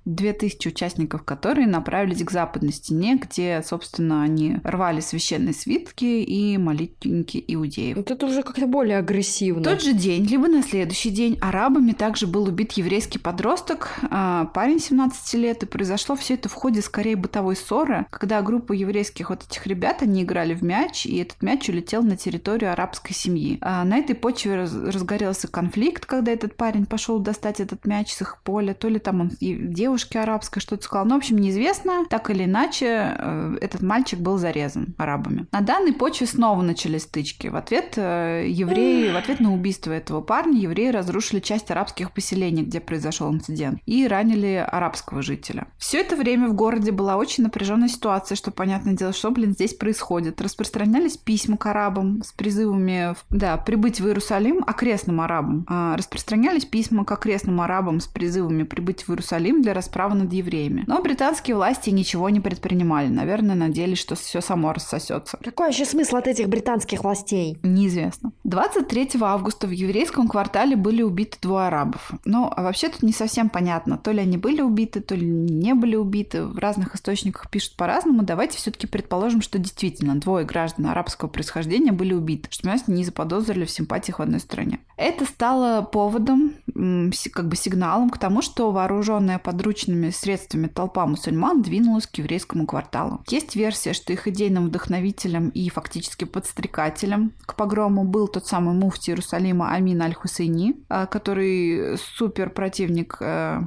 две тысячи участников которой направились к западной стене, где, собственно, они рвали священные свитки и молитвенники иудеев. Вот это уже как-то более агрессивно. В тот же день, либо на следующий день, арабами также был убит еврейский подросток, парень семнадцати лет, и произошло все это в ходе скорее бытовой ссоры, когда группа еврейских вот этих ребят, они играли в мяч, и этот мяч улетел на территорию арабской семьи. А на этой почве раз- разгорелся конфликт, когда этот парень пошел достать этот мяч с их поля, то ли там он девушке арабской что-то сказал, но, в общем, неизвестно, так или иначе, этот мальчик был зарезан арабами. На данной почве снова начались стычки. В ответ евреи, в ответ на убийство этого парня, евреи разрушили часть арабских поселений, где произошел инцидент, и ранили арабского жителя. Все это время в городе была очень напряженная ситуация, что, понятное дело, что, блин, здесь происходит. Распространялись письма к арабам с призывами, да, прибыть в Иерусалим, окрестным арабам. А, распространялись письма к окрестным арабам с призывами прибыть в Иерусалим для расправы над евреями. Но британские власти ничего не предпринимали. Наверное, надеялись, что все само рассосется. Какой вообще смысл от этих британских властей? Неизвестно. двадцать третьего августа в еврейском квартале были убиты двое арабов. Но а вообще тут не совсем понятно, то ли они были убиты, то ли не были убиты. В разных источниках пишут по-разному. Давайте все-таки предположим, что действительно двое граждан арабского происхождения были убиты, что нас не заподозрили в симпатиях в одной стране. Это стало поводом, как бы сигналом к тому, что вооруженная подручными средствами толпа мусульман двинулась к еврейскому кварталу. Есть версия, что их идейным вдохновителем и фактически подстрекателем к погрому был тот самый муфти Иерусалима Амин аль-Хусейни, который супер противник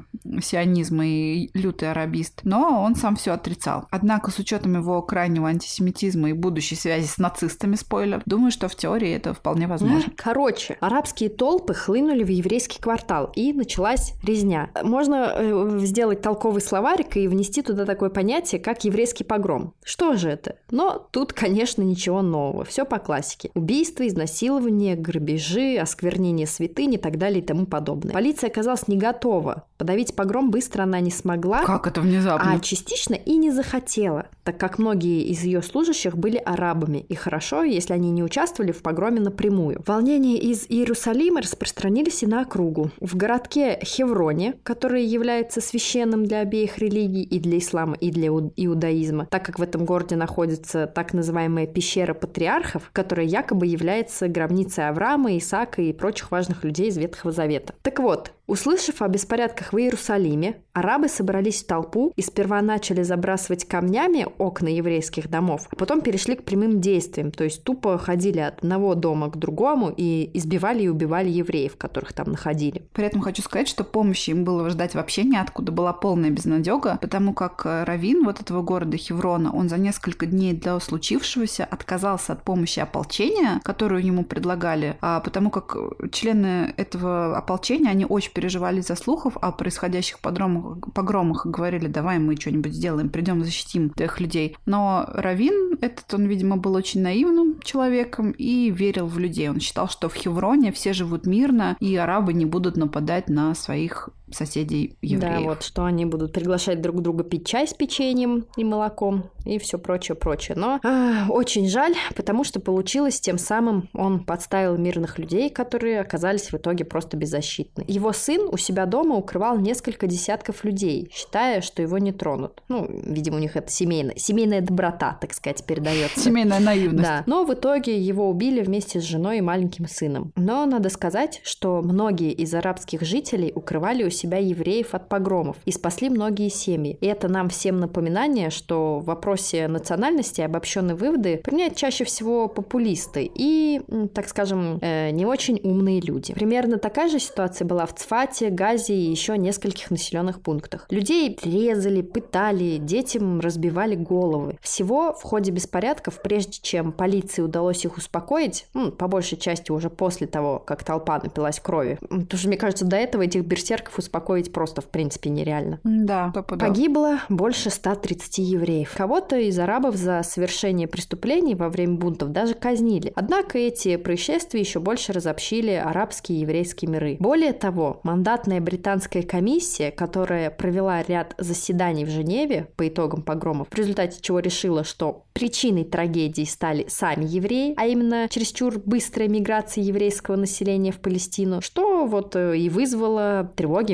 сионизма и лютый арабист, но он сам все отрицал. Однако с учетом его крайнего антисемитизма и будущей связи с нацистами, спойлер, думаю, что в теории это вполне возможно. Короче, арабские толпы хлынули в еврейский квартал, и началась резня. Можно э, сделать толковый словарик и внести туда такое понятие, как еврейский погром. Что же это? Но тут, конечно, ничего нового. Все по классике. Убийства, изнасилования, грабежи, осквернение святынь и так далее и тому подобное. Полиция оказалась не готова. Подавить погром быстро она не смогла. Как это внезапно? А частично и не захотела, так как многие из ее служащих были арабами, и хорошо, если они не участвовали в погроме напрямую. Волнения из Иерусалима распространились и на округу. В городке Хевроне, который является священным для обеих религий, и для ислама, и для иудаизма, так как в этом городе находится так называемая пещера патриархов, которая якобы является гробницей Авраама, Исаака и прочих важных людей из Ветхого Завета. Так вот, услышав о беспорядках в Иерусалиме, арабы собрались в толпу и сперва начали забрасывать камнями окна еврейских домов, а потом перешли к прямым действиям, то есть тупо ходили от одного дома к другому и избивали и убивали евреев, которых там находили. При этом хочу сказать, что помощи им было ждать вообще неоткуда, была полная безнадега, потому как раввин вот этого города Хеврона, он за несколько дней до случившегося отказался от помощи ополчения, которую ему предлагали, а потому как члены этого ополчения, они очень переживали за слухов о происходящих погромах, погромах и говорили, давай мы что-нибудь сделаем, придем защитим тех людей. Но раввин этот, он, видимо, был очень наивным человеком и верил в людей. Он считал, что в Хевроне все живут мирно, и арабы не будут нападать на своих соседей евреев. Да, вот, что они будут приглашать друг друга пить чай с печеньем и молоком и все прочее-прочее. Но а, очень жаль, потому что получилось тем самым, он подставил мирных людей, которые оказались в итоге просто беззащитны. Его сын у себя дома укрывал несколько десятков людей, считая, что его не тронут. Ну, видимо, у них это семейная, семейная доброта, так сказать, передается. Семейная наивность. Да. Но в итоге его убили вместе с женой и маленьким сыном. Но надо сказать, что многие из арабских жителей укрывали у себя евреев от погромов и спасли многие семьи. И это нам всем напоминание, что в вопросе национальности обобщенные выводы применяют чаще всего популисты и, так скажем, э, не очень умные люди. Примерно такая же ситуация была в Цфате, Газе и еще нескольких населенных пунктах. Людей резали, пытали, детям разбивали головы. Всего в ходе беспорядков, прежде чем полиции удалось их успокоить, ну, по большей части уже после того, как толпа напилась крови. Потому что, мне кажется, до этого этих берсерков успокоить просто, в принципе, нереально. Да, погибло больше ста тридцати евреев. Кого-то из арабов за совершение преступлений во время бунтов даже казнили. Однако эти происшествия еще больше разобщили арабские и еврейские миры. Более того, мандатная британская комиссия, которая провела ряд заседаний в Женеве по итогам погромов, в результате чего решила, что причиной трагедии стали сами евреи, а именно чересчур быстрая миграция еврейского населения в Палестину, что вот и вызвало тревоги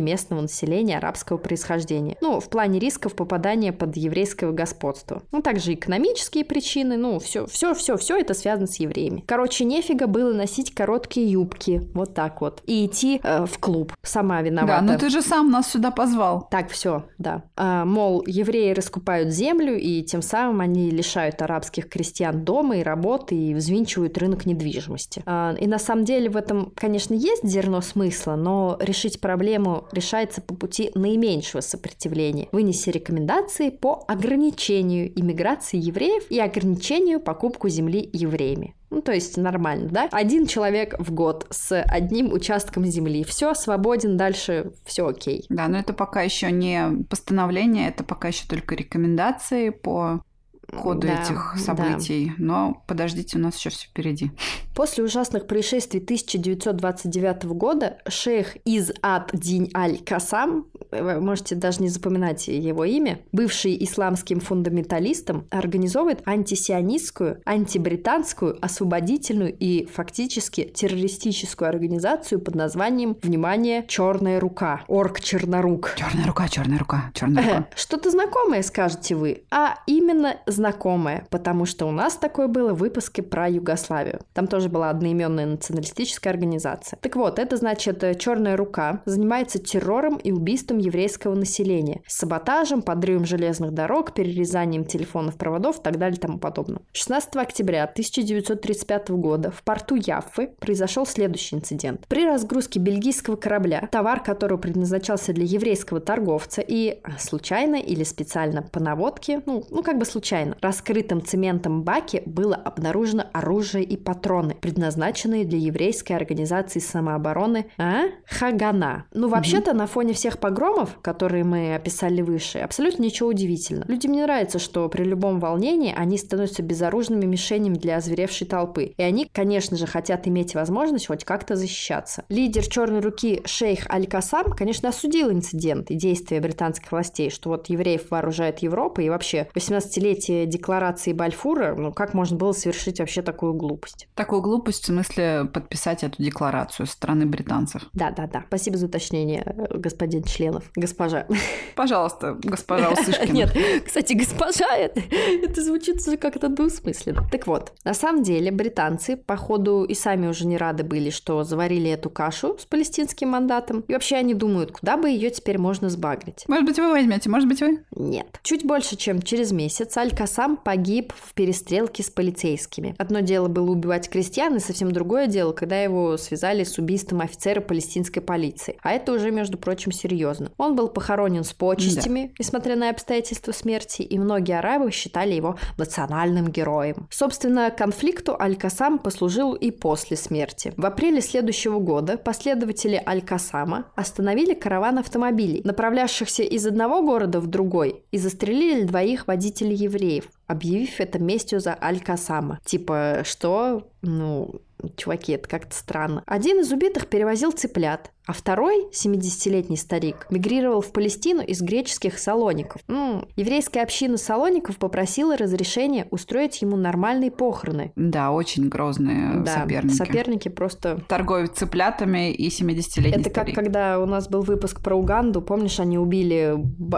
местного населения арабского происхождения. Ну, в плане рисков попадания под еврейское господство. Ну, также экономические причины, ну, все, все, все, все это связано с евреями. Короче, нефига было носить короткие юбки, вот так вот, и идти э, в клуб. Сама виновата. Да, ну ты же сам нас сюда позвал. Так, все, да. А, мол, евреи раскупают землю, и тем самым они лишают арабских крестьян дома и работы, и взвинчивают рынок недвижимости. А, и на самом деле в этом, конечно, есть зерно смысла, но решить проблему решается по пути наименьшего сопротивления. Вынеси рекомендации по ограничению иммиграции евреев и ограничению покупку земли евреями. Ну, то есть нормально, да? Один человек в год с одним участком земли. Все, свободен, дальше все окей. Да, но это пока еще не постановление, это пока еще только рекомендации по ходу да, этих событий. Да. Но подождите, у нас еще все впереди. После ужасных происшествий тысяча девятьсот двадцать девятого года шейх Из-ад-Дин Аль-Кассам, вы можете даже не запоминать его имя, бывший исламским фундаменталистом, организовывает антисионистскую, антибританскую, освободительную и фактически террористическую организацию под названием, внимание, «Черная рука», орг-чернорук. Черная рука, черная рука, черная рука. Что-то знакомое, скажете вы, а именно знакомое, потому что у нас такое было в выпуске про Югославию. Там тоже была одноименная националистическая организация. Так вот, это значит, «Черная рука» занимается террором и убийством еврейского населения, саботажем, подрывом железных дорог, перерезанием телефонных проводов и так далее и тому подобное. шестнадцатого октября тысяча девятьсот тридцать пятого года в порту Яффы произошел следующий инцидент. При разгрузке бельгийского корабля, товар которого предназначался для еврейского торговца и случайно или специально по наводке, ну, ну как бы случайно, раскрытым цементом баке было обнаружено оружие и патроны, предназначенные для еврейской организации самообороны а? Хагана. Ну, вообще-то, mm-hmm. на фоне всех погромов, которые мы описали выше, абсолютно ничего удивительного. Людям не нравится, что при любом волнении они становятся безоружными мишенями для озверевшей толпы. И они, конечно же, хотят иметь возможность хоть как-то защищаться. Лидер «Черной руки» шейх Аль-Кассам, конечно, осудил инцидент и действия британских властей, что вот евреев вооружает Европа, и вообще восемнадцатилетие декларации Бальфура, ну, как можно было совершить вообще такую глупость? Такую глупость, в смысле подписать эту декларацию со стороны британцев. Да-да-да. Спасибо за уточнение, господин Членов. Госпожа. Пожалуйста, госпожа Усышкина. Нет, кстати, госпожа, это, это звучит уже как-то двусмысленно. Так вот, на самом деле британцы, походу, и сами уже не рады были, что заварили эту кашу с палестинским мандатом. И вообще они думают, куда бы ее теперь можно сбагрить. Может быть, вы возьмете, может быть, вы? Нет. Чуть больше, чем через месяц Аль-Кассам погиб в перестрелке с полицейскими. Одно дело было убивать крестьян, и совсем другое дело, когда его связали с убийством офицера палестинской полиции. А это уже, между прочим, серьезно. Он был похоронен с почестями, да. несмотря на обстоятельства смерти, и многие арабы считали его национальным героем. Собственно, конфликту Аль-Кассам послужил и после смерти. В апреле следующего года последователи Аль-Кассама остановили караван автомобилей, направлявшихся из одного города в другой, и застрелили двоих водителей евреев, объявив это местью за Аль-Кассама. Типа, что? Ну, чуваки, это как-то странно. Один из убитых перевозил цыплят, а второй, семидесятилетний старик, мигрировал в Палестину из греческих Салоников. Ну, еврейская община Салоников попросила разрешения устроить ему нормальные похороны. Да, очень грозные да, соперники. соперники просто... Торговец цыплятами и семидесятилетний Это старик. как когда у нас был выпуск про Уганду, помнишь, они убили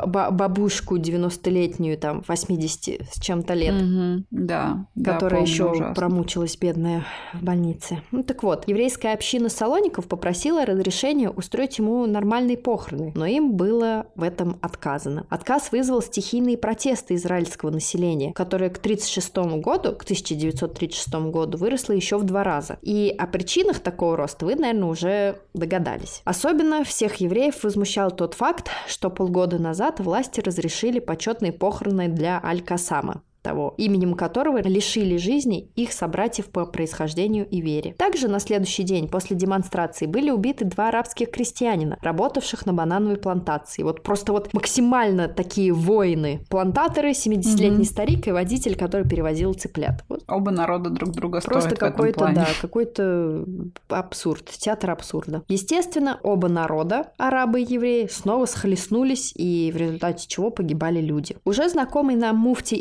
бабушку девяностолетнюю, там, восьмидесяти с чем-то лет. Угу, да, которая да, еще ужасно. Промучилась, бедная, в больнице. Ну так вот, еврейская община Салоников попросила разрешения устроить ему нормальные похороны, но им было в этом отказано. Отказ вызвал стихийные протесты израильского населения, которое к тридцать шестому году, к тысяча девятьсот тридцать шестому году выросло еще в два раза. И о причинах такого роста вы, наверное, уже догадались. Особенно всех евреев возмущал тот факт, что полгода назад власти разрешили почетные похороны для Аль-Кассама, того, именем которого лишили жизни их собратьев по происхождению и вере. Также на следующий день после демонстрации были убиты два арабских крестьянина, работавших на банановой плантации. Вот просто вот максимально такие воины. Плантаторы, семидесятилетний mm-hmm. старик и водитель, который перевозил цыплят. Вот. Оба народа друг друга стоят просто в этом какой-то, плане. да, какой-то абсурд, театр абсурда. Естественно, оба народа, арабы и евреи, снова схлестнулись, и в результате чего погибали люди. Уже знакомый нам муфти Иерусалим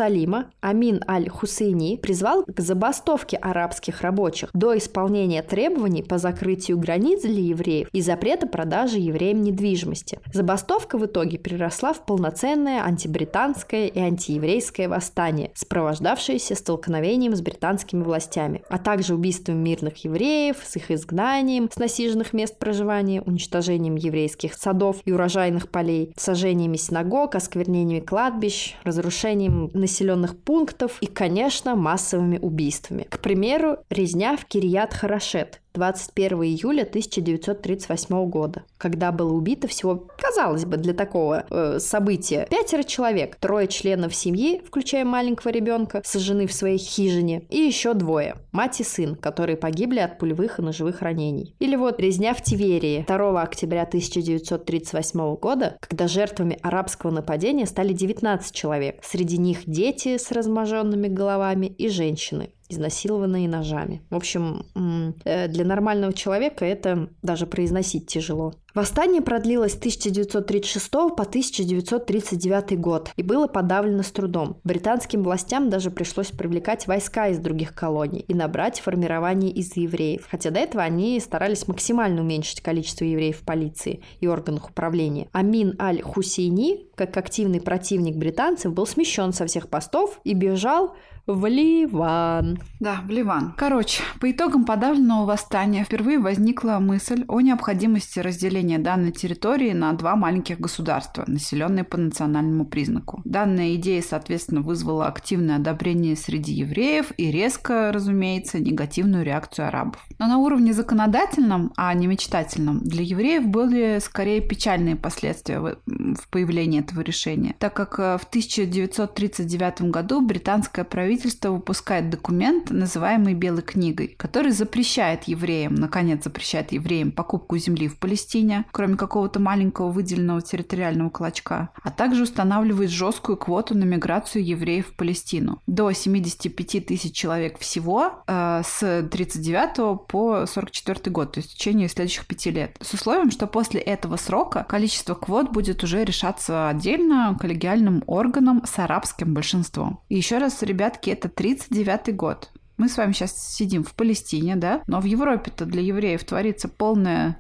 Иерусалима Амин аль-Хусейни призвал к забастовке арабских рабочих до исполнения требований по закрытию границ для евреев и запрета продажи евреям недвижимости. Забастовка в итоге переросла в полноценное антибританское и антиеврейское восстание, сопровождавшееся столкновением с британскими властями, а также убийством мирных евреев, с их изгнанием с насиженных мест проживания, уничтожением еврейских садов и урожайных полей, сожжениями синагог, осквернениями кладбищ, разрушением населенных пунктов и, конечно, массовыми убийствами. К примеру, резня в Кирьят-Харашет двадцать первого июля тысяча девятьсот тридцать восьмого года, когда было убито всего, казалось бы, для такого э, события пятеро человек, трое членов семьи, включая маленького ребенка, сожжены в своей хижине, и еще двое, мать и сын, которые погибли от пулевых и ножевых ранений. Или вот резня в Тиверии второго октября тысяча девятьсот тридцать восьмого года, когда жертвами арабского нападения стали девятнадцать человек, среди них дети с размаженными головами и женщины, изнасилованные ножами. В общем, для нормального человека это даже произносить тяжело. Восстание продлилось с тысяча девятьсот тридцать шестого по тысяча девятьсот тридцать девятый год и было подавлено с трудом. Британским властям даже пришлось привлекать войска из других колоний и набрать формирование из евреев, хотя до этого они старались максимально уменьшить количество евреев в полиции и органах управления. Амин аль-Хусейни, как активный противник британцев, был смещен со всех постов и бежал в Ливан. Да, в Ливан. Короче, по итогам подавленного восстания впервые возникла мысль о необходимости разделения данной территории на два маленьких государства, населенные по национальному признаку. Данная идея, соответственно, вызвала активное одобрение среди евреев и резко, разумеется, негативную реакцию арабов. Но на уровне законодательном, а не мечтательном, для евреев были скорее печальные последствия в появлении этого решения, так как в тысяча девятьсот тридцать девятом году британское правительство Правительство выпускает документ, называемый Белой книгой, который запрещает евреям, наконец запрещает евреям покупку земли в Палестине, кроме какого-то маленького выделенного территориального клочка, а также устанавливает жесткую квоту на миграцию евреев в Палестину. До семьдесят пять тысяч человек всего э, с тридцать девятого по сорок четвёртый год, то есть в течение следующих пяти лет. С условием, что после этого срока количество квот будет уже решаться отдельно коллегиальным органом с арабским большинством. И еще раз, ребятки, это тридцать девятый год. Мы с вами сейчас сидим в Палестине, да? Но в Европе-то для евреев творится полная...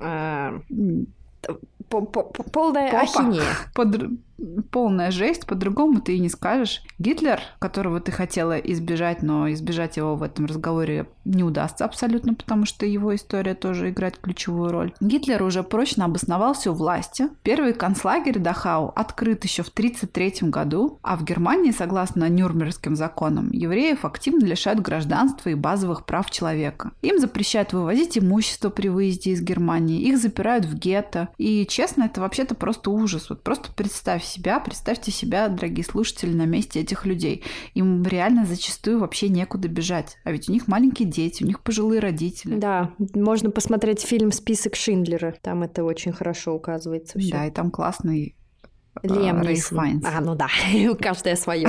Полная ахинея. Полная жесть, по-другому ты и не скажешь. Гитлер, которого ты хотела избежать, но избежать его в этом разговоре не удастся абсолютно, потому что его история тоже играет ключевую роль. Гитлер уже прочно обосновался у власти. Первый концлагерь Дахау открыт еще в тридцать третьем году, а в Германии, согласно Нюрнбергским законам, евреев активно лишают гражданства и базовых прав человека. Им запрещают вывозить имущество при выезде из Германии, их запирают в гетто. И, честно, это вообще-то просто ужас. Вот просто представь себя, представьте себя, дорогие слушатели, на месте этих людей. Им реально зачастую вообще некуда бежать. А ведь у них маленькие дети, у них пожилые родители. Да, можно посмотреть фильм «Список Шиндлера». Там это очень хорошо указывается. Всё. Да, и там классный Лиам Рейс Файнс. А, ну да, каждая своё.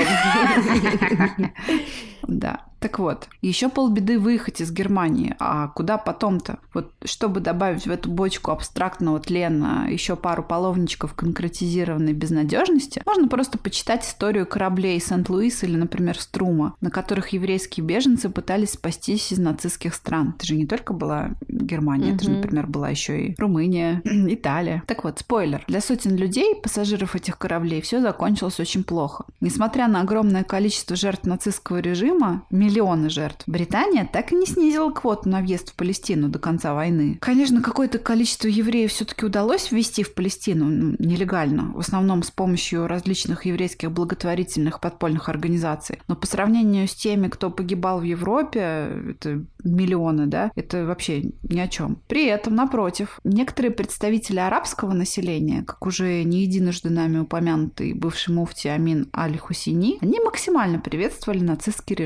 Да. Так вот, еще полбеды выехать из Германии, а куда потом-то? Вот чтобы добавить в эту бочку абстрактного тлена еще пару половничков конкретизированной безнадежности, можно просто почитать историю кораблей Сент-Луис или, например, Струма, на которых еврейские беженцы пытались спастись из нацистских стран. Это же не только была Германия, mm-hmm. это же, например, была еще и Румыния, Италия. Так вот, спойлер. Для сотен людей, пассажиров этих кораблей, все закончилось очень плохо. Несмотря на огромное количество жертв нацистского режима, миллионы жертв, Британия так и не снизила квоту на въезд в Палестину до конца войны. Конечно, какое-то количество евреев все-таки удалось ввести в Палестину ну, нелегально, в основном с помощью различных еврейских благотворительных подпольных организаций. Но по сравнению с теми, кто погибал в Европе, это миллионы, да, это вообще ни о чем. При этом, напротив, некоторые представители арабского населения, как уже не единожды нами упомянутый бывший муфти Амин аль-Хусейни, они максимально приветствовали нацистский режим.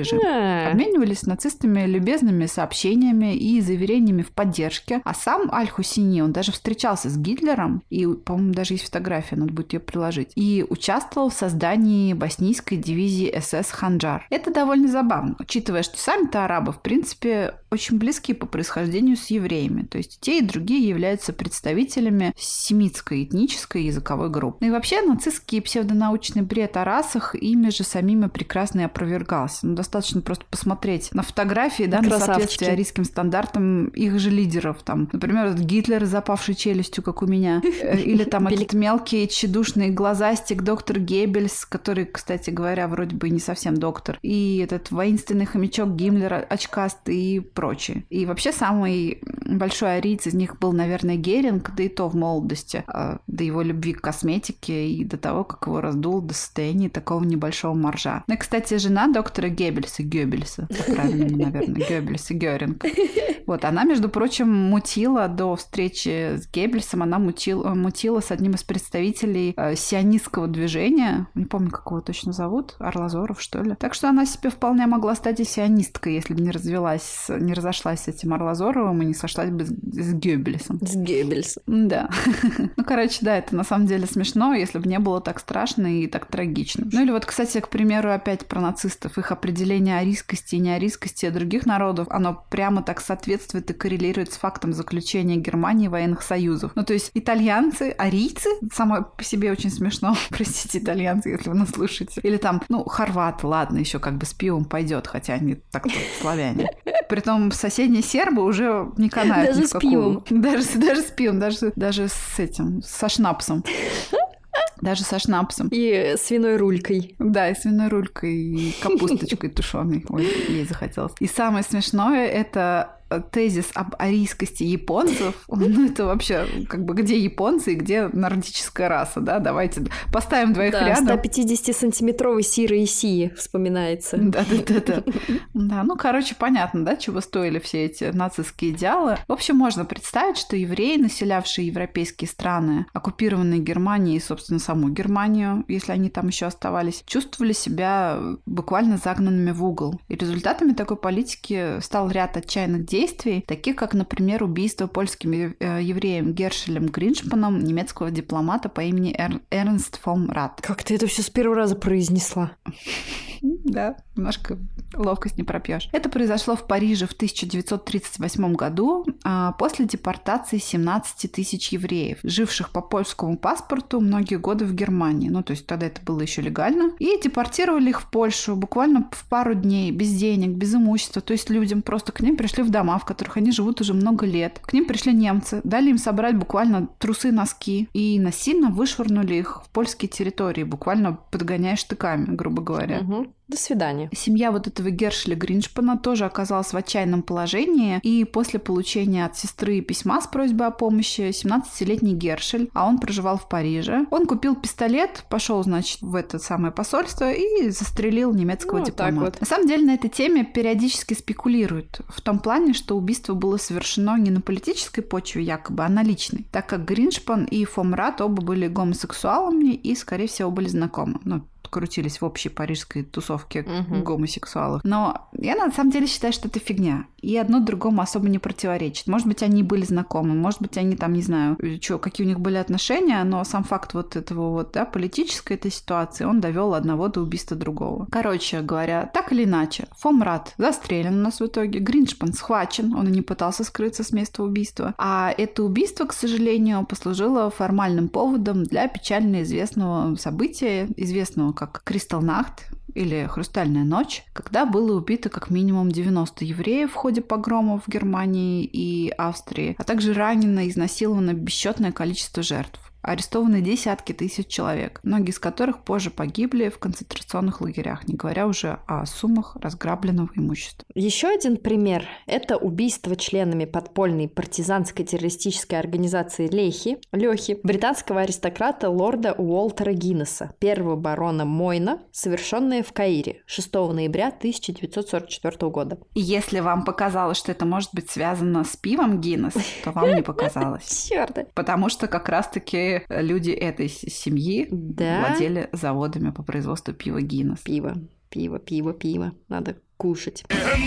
А. Обменивались с нацистами любезными сообщениями и заверениями в поддержке. А сам Аль-Хусейни, он даже встречался с Гитлером, и, по-моему, даже есть фотография, надо будет ее приложить, и участвовал в создании боснийской дивизии СС «Ханджар». Это довольно забавно, учитывая, что сами-то арабы, в принципе, очень близки по происхождению с евреями. То есть те и другие являются представителями семитской этнической языковой группы. Ну и вообще нацистский псевдонаучный бред о расах ими же самими прекрасно и опровергался. Ну, достаточно просто посмотреть на фотографии, да, на соответствие арийским стандартам их же лидеров. Там, например, этот Гитлер с запавшей челюстью, как у меня. Или там этот мелкий, тщедушный глазастик доктор Геббельс, который, кстати говоря, вроде бы не совсем доктор. И этот воинственный хомячок Гиммлер очкастый и прочее. И вообще самый большой ариец из них был, наверное, Геринг, да и то в молодости, до его любви к косметике и до того, как его раздул до состояния такого небольшого моржа. Ну и, кстати, жена доктора Геббельса, Геббельса, правильно, наверное, Геббельс и Геринг. Вот, она, между прочим, мутила до встречи с Геббельсом, она мутила, мутила с одним из представителей э, сионистского движения, не помню, как его точно зовут, Арлазоров, что ли. Так что она себе вполне могла стать и сионисткой, если бы не развелась, не разошлась с этим Арлазоровым и не сошлась бы с, с Геббельсом. С Геббельсом. Да. Ну, короче, да, это на самом деле смешно, если бы не было так страшно и так трагично. Ну или вот, кстати, к примеру, опять про нацистов. Их определение арийскости и неарийскости других народов, оно прямо так соответствует и коррелирует с фактом заключения Германии военных союзов. Ну, то есть итальянцы, арийцы, само по себе очень смешно, простите, итальянцы, если вы нас слушаете. Или там, ну, хорваты, ладно, еще как бы с пивом пойдет, хотя они так-то славяне. Притом соседние сербы уже не канают даже ни в какую. Даже с пивом. Даже, даже с пивом, даже, даже с этим, со шнапсом. Даже со шнапсом. И свиной рулькой. Да, и свиной рулькой, и капусточкой тушеной. Ой, ей захотелось. И самое смешное — это тезис об арийскости японцев. Ну, это вообще, как бы, где японцы и где нордическая раса, да? Давайте поставим двоих да, рядом. сто пятидесятисантиметровый Сира Исии вспоминается. Да-да-да. Да, ну, короче, понятно, да, чего стоили все эти нацистские идеалы. В общем, можно представить, что евреи, населявшие европейские страны, оккупированные Германией и, собственно, саму Германию, если они там еще оставались, чувствовали себя буквально загнанными в угол. И результатами такой политики стал ряд отчаянных действий, действий, таких как, например, убийство польским евреем Гершелем Гриншпаном немецкого дипломата по имени Эр... Эрнст фон Рат. Как ты это все с первого раза произнесла? Да, немножко ловкость не пропьешь. Это произошло в Париже в тысяча девятьсот тридцать восьмом году после депортации семнадцати тысяч евреев, живших по польскому паспорту многие годы в Германии. Ну, то есть тогда это было еще легально. И депортировали их в Польшу буквально в пару дней, без денег, без имущества. То есть людям просто к ним пришли в дома, в которых они живут уже много лет. К ним пришли немцы, дали им собрать буквально трусы, носки и насильно вышвырнули их в польские территории, буквально подгоняя штыками, грубо говоря. Угу. До свидания. Семья вот этого Гершеля Гриншпана тоже оказалась в отчаянном положении, и после получения от сестры письма с просьбой о помощи семнадцатилетний Гершель, а он проживал в Париже, он купил пистолет, пошел, значит, в это самое посольство и застрелил немецкого ну, дипломата. Вот. На самом деле на этой теме периодически спекулируют, в том плане, что убийство было совершено не на политической почве якобы, а на личной, так как Гриншпан и фон Рат оба были гомосексуалами и, скорее всего, были знакомы. Ну, крутились в общей парижской тусовке uh-huh. гомосексуалов. Но я на самом деле считаю, что это фигня. И одно другому особо не противоречит. Может быть, они были знакомы, может быть, они там, не знаю, чё, какие у них были отношения, но сам факт вот этого вот, да, политической этой ситуации, он довел одного до убийства другого. Короче говоря, так или иначе, фон Рат застрелен у нас в итоге, Гриншпан схвачен, он и не пытался скрыться с места убийства. А это убийство, к сожалению, послужило формальным поводом для печально известного события, известного как Крistallnacht или «Хрустальная ночь», когда было убито как минимум девяносто евреев в ходе погромов в Германии и Австрии, а также ранено и изнасиловано бесчетное количество жертв. Арестованы десятки тысяч человек, многие из которых позже погибли в концентрационных лагерях, не говоря уже о суммах разграбленного имущества. Еще один пример – это убийство членами подпольной партизанской террористической организации Лехи, Лехи, британского аристократа лорда Уолтера Гиннесса, первого барона Мойна, совершенное в Каире шестого ноября тысяча девятьсот сорок четвёртого года. И если вам показалось, что это может быть связано с пивом Гиннес, то вам не показалось. Чёрт! Потому что как раз-таки люди этой семьи да? владели заводами по производству пива Гиннес. Пиво. Пиво, пиво, пиво. Надо кушать.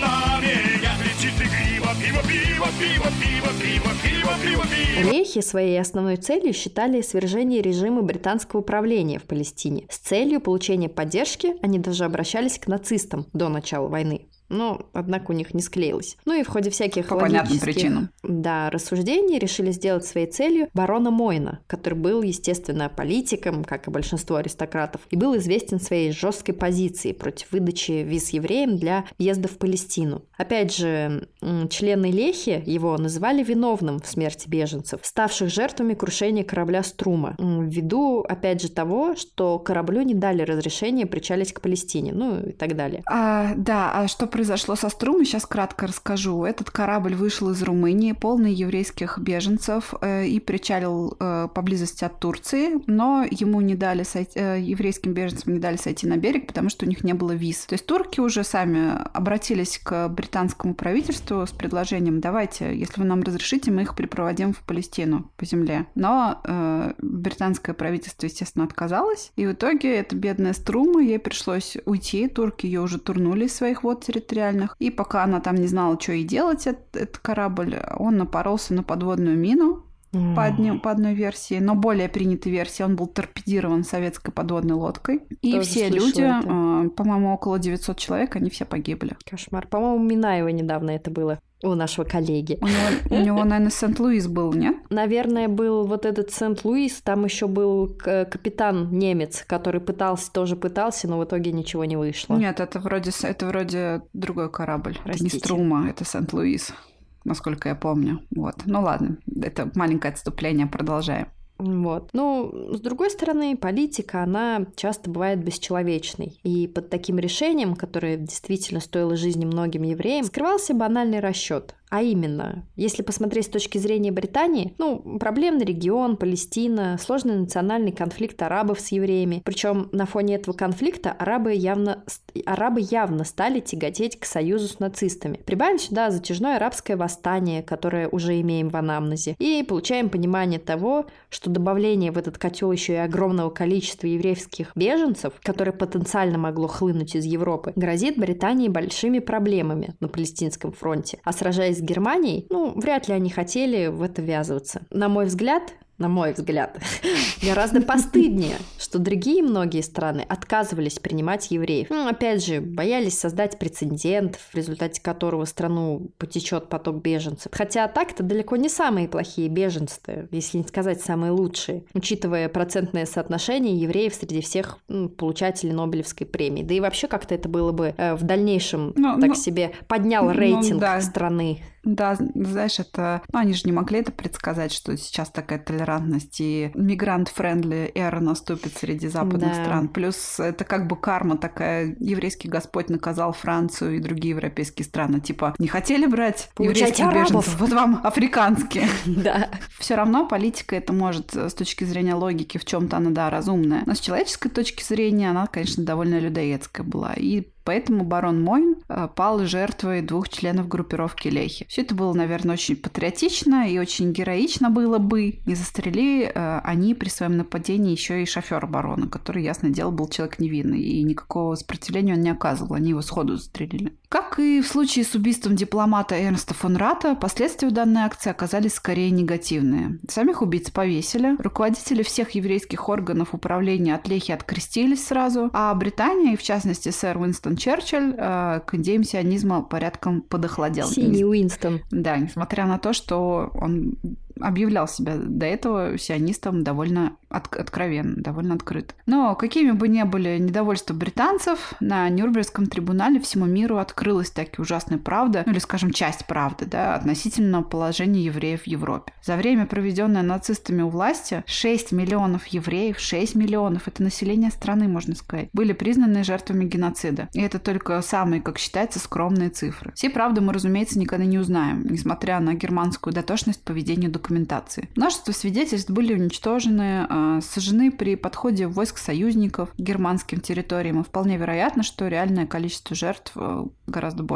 Лехи своей основной целью считали свержение режима британского правления в Палестине. С целью получения поддержки они даже обращались к нацистам до начала войны. Но, однако, у них не склеилось. Ну и в ходе всяких По логических понятным причинам. Да, рассуждений решили сделать своей целью барона Мойна, который был, естественно, политиком, как и большинство аристократов, и был известен своей жесткой позицией против выдачи виз евреям для въезда в Палестину. Опять же, члены Лехи его называли виновным в смерти беженцев, ставших жертвами крушения корабля Струма, ввиду, опять же, того, что кораблю не дали разрешения причалить к Палестине, ну и так далее. А, да, а что произошло со Струмой, сейчас кратко расскажу. Этот корабль вышел из Румынии, полный еврейских беженцев, э, и причалил э, поблизости от Турции, но ему не дали сойти, э, еврейским беженцам не дали сойти на берег, потому что у них не было виз. То есть турки уже сами обратились к британскому правительству с предложением: давайте, если вы нам разрешите, мы их припроводим в Палестину по земле. Но э, британское правительство, естественно, отказалось, и в итоге эта бедная Струма, ей пришлось уйти, турки ее уже турнули из своих вод территориальных, и пока она там не знала, что ей делать, этот, этот корабль, он напоролся на подводную мину mm. по, одни, по одной версии, но более принятой версии он был торпедирован советской подводной лодкой. И Тоже все люди, это. по-моему, около девятьсот человек, они все погибли. Кошмар. По-моему, Минаева недавно это было. У нашего коллеги. У него, у него, наверное, Сент-Луис был, нет? Наверное, был вот этот Сент-Луис, там еще был капитан немец, который пытался, тоже пытался, но в итоге ничего не вышло. Нет, это вроде, это вроде другой корабль. Простите. Это не Струма, это Сент-Луис, насколько я помню. Вот. Ну ладно, это маленькое отступление, продолжаем. Вот. Ну, с другой стороны, политика, она часто бывает бесчеловечной. И под таким решением, которое действительно стоило жизни многим евреям, скрывался банальный расчет. А именно, если посмотреть с точки зрения Британии, ну, проблемный регион, Палестина, сложный национальный конфликт арабов с евреями. Причем на фоне этого конфликта арабы явно, арабы явно стали тяготеть к союзу с нацистами. Прибавим сюда затяжное арабское восстание, которое уже имеем в анамнезе, и получаем понимание того, что добавление в этот котел еще и огромного количества еврейских беженцев, которое потенциально могло хлынуть из Европы, грозит Британии большими проблемами на Палестинском фронте. А сражаясь с Германией, ну, вряд ли они хотели в это ввязываться. На мой взгляд, на мой взгляд, гораздо постыднее, что другие многие страны отказывались принимать евреев. Ну, опять же, боялись создать прецедент, в результате которого в страну потечет поток беженцев. Хотя так-то далеко не самые плохие беженцы, если не сказать самые лучшие, учитывая процентное соотношение евреев среди всех ну, получателей Нобелевской премии. Да и вообще как-то это было бы э, в дальнейшем ну, так ну, себе поднял рейтинг ну, да. страны. Да, знаешь, это... Ну, они же не могли это предсказать, что сейчас такая толерантность и мигрант-френдли эра наступит среди западных да. стран. Плюс это как бы карма такая. Еврейский Господь наказал Францию и другие европейские страны. Типа, не хотели брать Получайте еврейских арабов. беженцев? Вот вам африканские. Да. Все равно политика это может с точки зрения логики в чем-то она, да, разумная. Но с человеческой точки зрения она, конечно, довольно людоедская была. И поэтому барон Мойн пал жертвой двух членов группировки Лехи. Все это было, наверное, очень патриотично и очень героично было бы. Не застрелили они при своем нападении еще и шофера барона, который, ясное дело, был человек невинный, и никакого сопротивления он не оказывал. Они его сходу застрелили. Как и в случае с убийством дипломата Эрнста фон Рата, последствия данной акции оказались скорее негативные. Самих убийц повесили, руководители всех еврейских органов управления от Лехи открестились сразу, а Британия, и в частности сэр Уинстон Черчилль, к идеям сионизма порядком подохладел. Синий Уинстон. Да, несмотря на то, что он объявлял себя до этого сионистом довольно от- откровенно, довольно открыто. Но какими бы ни были недовольства британцев, на Нюрнбергском трибунале всему миру открылась таки ужасная правда, ну или, скажем, часть правды, да, относительно положения евреев в Европе. За время, проведенное нацистами у власти, шесть миллионов евреев, шесть миллионов, это население страны, можно сказать, были признаны жертвами геноцида. И это только самые, как считается, скромные цифры. Все правды мы, разумеется, никогда не узнаем, несмотря на германскую дотошность по ведению документации. Множество свидетельств были уничтожены, сожжены при подходе войск союзников к германским территориям, и вполне вероятно, что реальное количество жертв гораздо больше.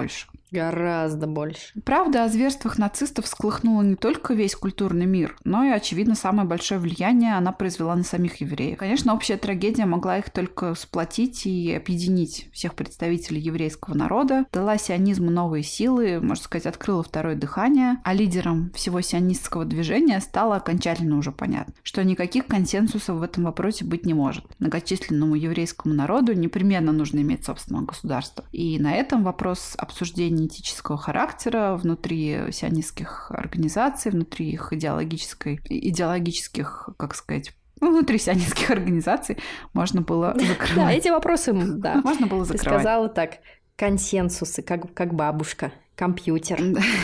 Гораздо больше. Правда о зверствах нацистов всколыхнула не только весь культурный мир, но и, очевидно, самое большое влияние она произвела на самих евреев. Конечно, общая трагедия могла их только сплотить и объединить всех представителей еврейского народа, дала сионизму новые силы, можно сказать, открыла второе дыхание, а лидером всего сионистского движения стало окончательно уже понятно, что никаких консенсусов в этом вопросе быть не может. Многочисленному еврейскому народу непременно нужно иметь собственное государство. И на этом вопрос обсуждения этического характера внутри сионистских организаций, внутри их идеологической, идеологических, как сказать, ну, внутри сионистских организаций можно было закрывать. Да, эти вопросы, да. Можно было закрывать. Ты сказала так, консенсусы, как, как бабушка, компьютер.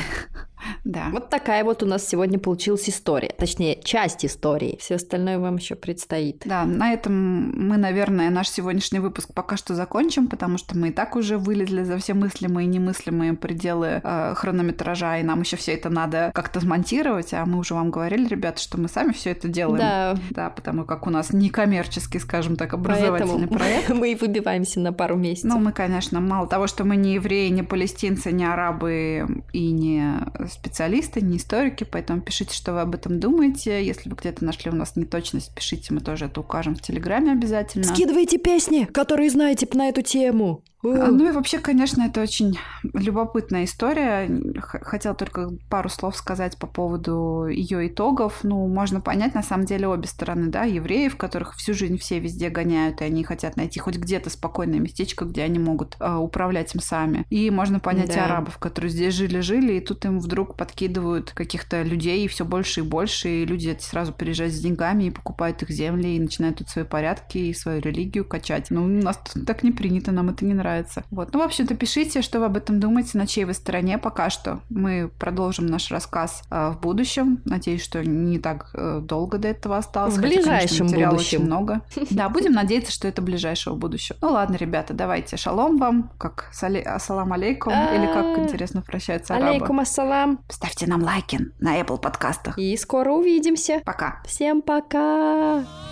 Да. Вот такая вот у нас сегодня получилась история. Точнее, часть истории. Все остальное вам еще предстоит. Да, на этом мы, наверное, наш сегодняшний выпуск пока что закончим, потому что мы и так уже вылезли за все мыслимые и немыслимые пределы э, хронометража, и нам еще все это надо как-то смонтировать, а мы уже вам говорили, ребята, что мы сами все это делаем. Да. Да, потому как у нас некоммерческий, скажем так, образовательный Поэтому проект. Мы и выбиваемся на пару месяцев. Ну, мы, конечно, мало того, что мы не евреи, не палестинцы, не арабы и не специалисты, не историки, поэтому пишите, что вы об этом думаете. Если вы где-то нашли у нас неточность, пишите, мы тоже это укажем в Телеграме обязательно. Скидывайте песни, которые знаете на эту тему. Ну и вообще, конечно, это очень любопытная история. Хотела только пару слов сказать по поводу ее итогов. Ну, можно понять, на самом деле, обе стороны, да, евреев, которых всю жизнь все везде гоняют, и они хотят найти хоть где-то спокойное местечко, где они могут э, управлять им сами. И можно понять да. арабов, которые здесь жили-жили, и тут им вдруг подкидывают каких-то людей все больше и больше, и люди эти сразу приезжают с деньгами и покупают их земли, и начинают тут свои порядки и свою религию качать. Ну, у нас тут так не принято, нам это не нравится. Вот. Ну, в общем-то, пишите, что вы об этом думаете, на чьей вы стороне. Пока что мы продолжим наш рассказ э, в будущем. Надеюсь, что не так э, долго до этого осталось. В хотя, ближайшем конечно, будущем. Очень много. Да, будем надеяться, что это ближайшего будущего. Ну ладно, ребята, давайте. Шалом вам, как ассалам алейкум, или как интересно прощаются арабы. Алейкум ассалам. Ставьте нам лайки на Apple подкастах. И скоро увидимся. Пока. Всем пока.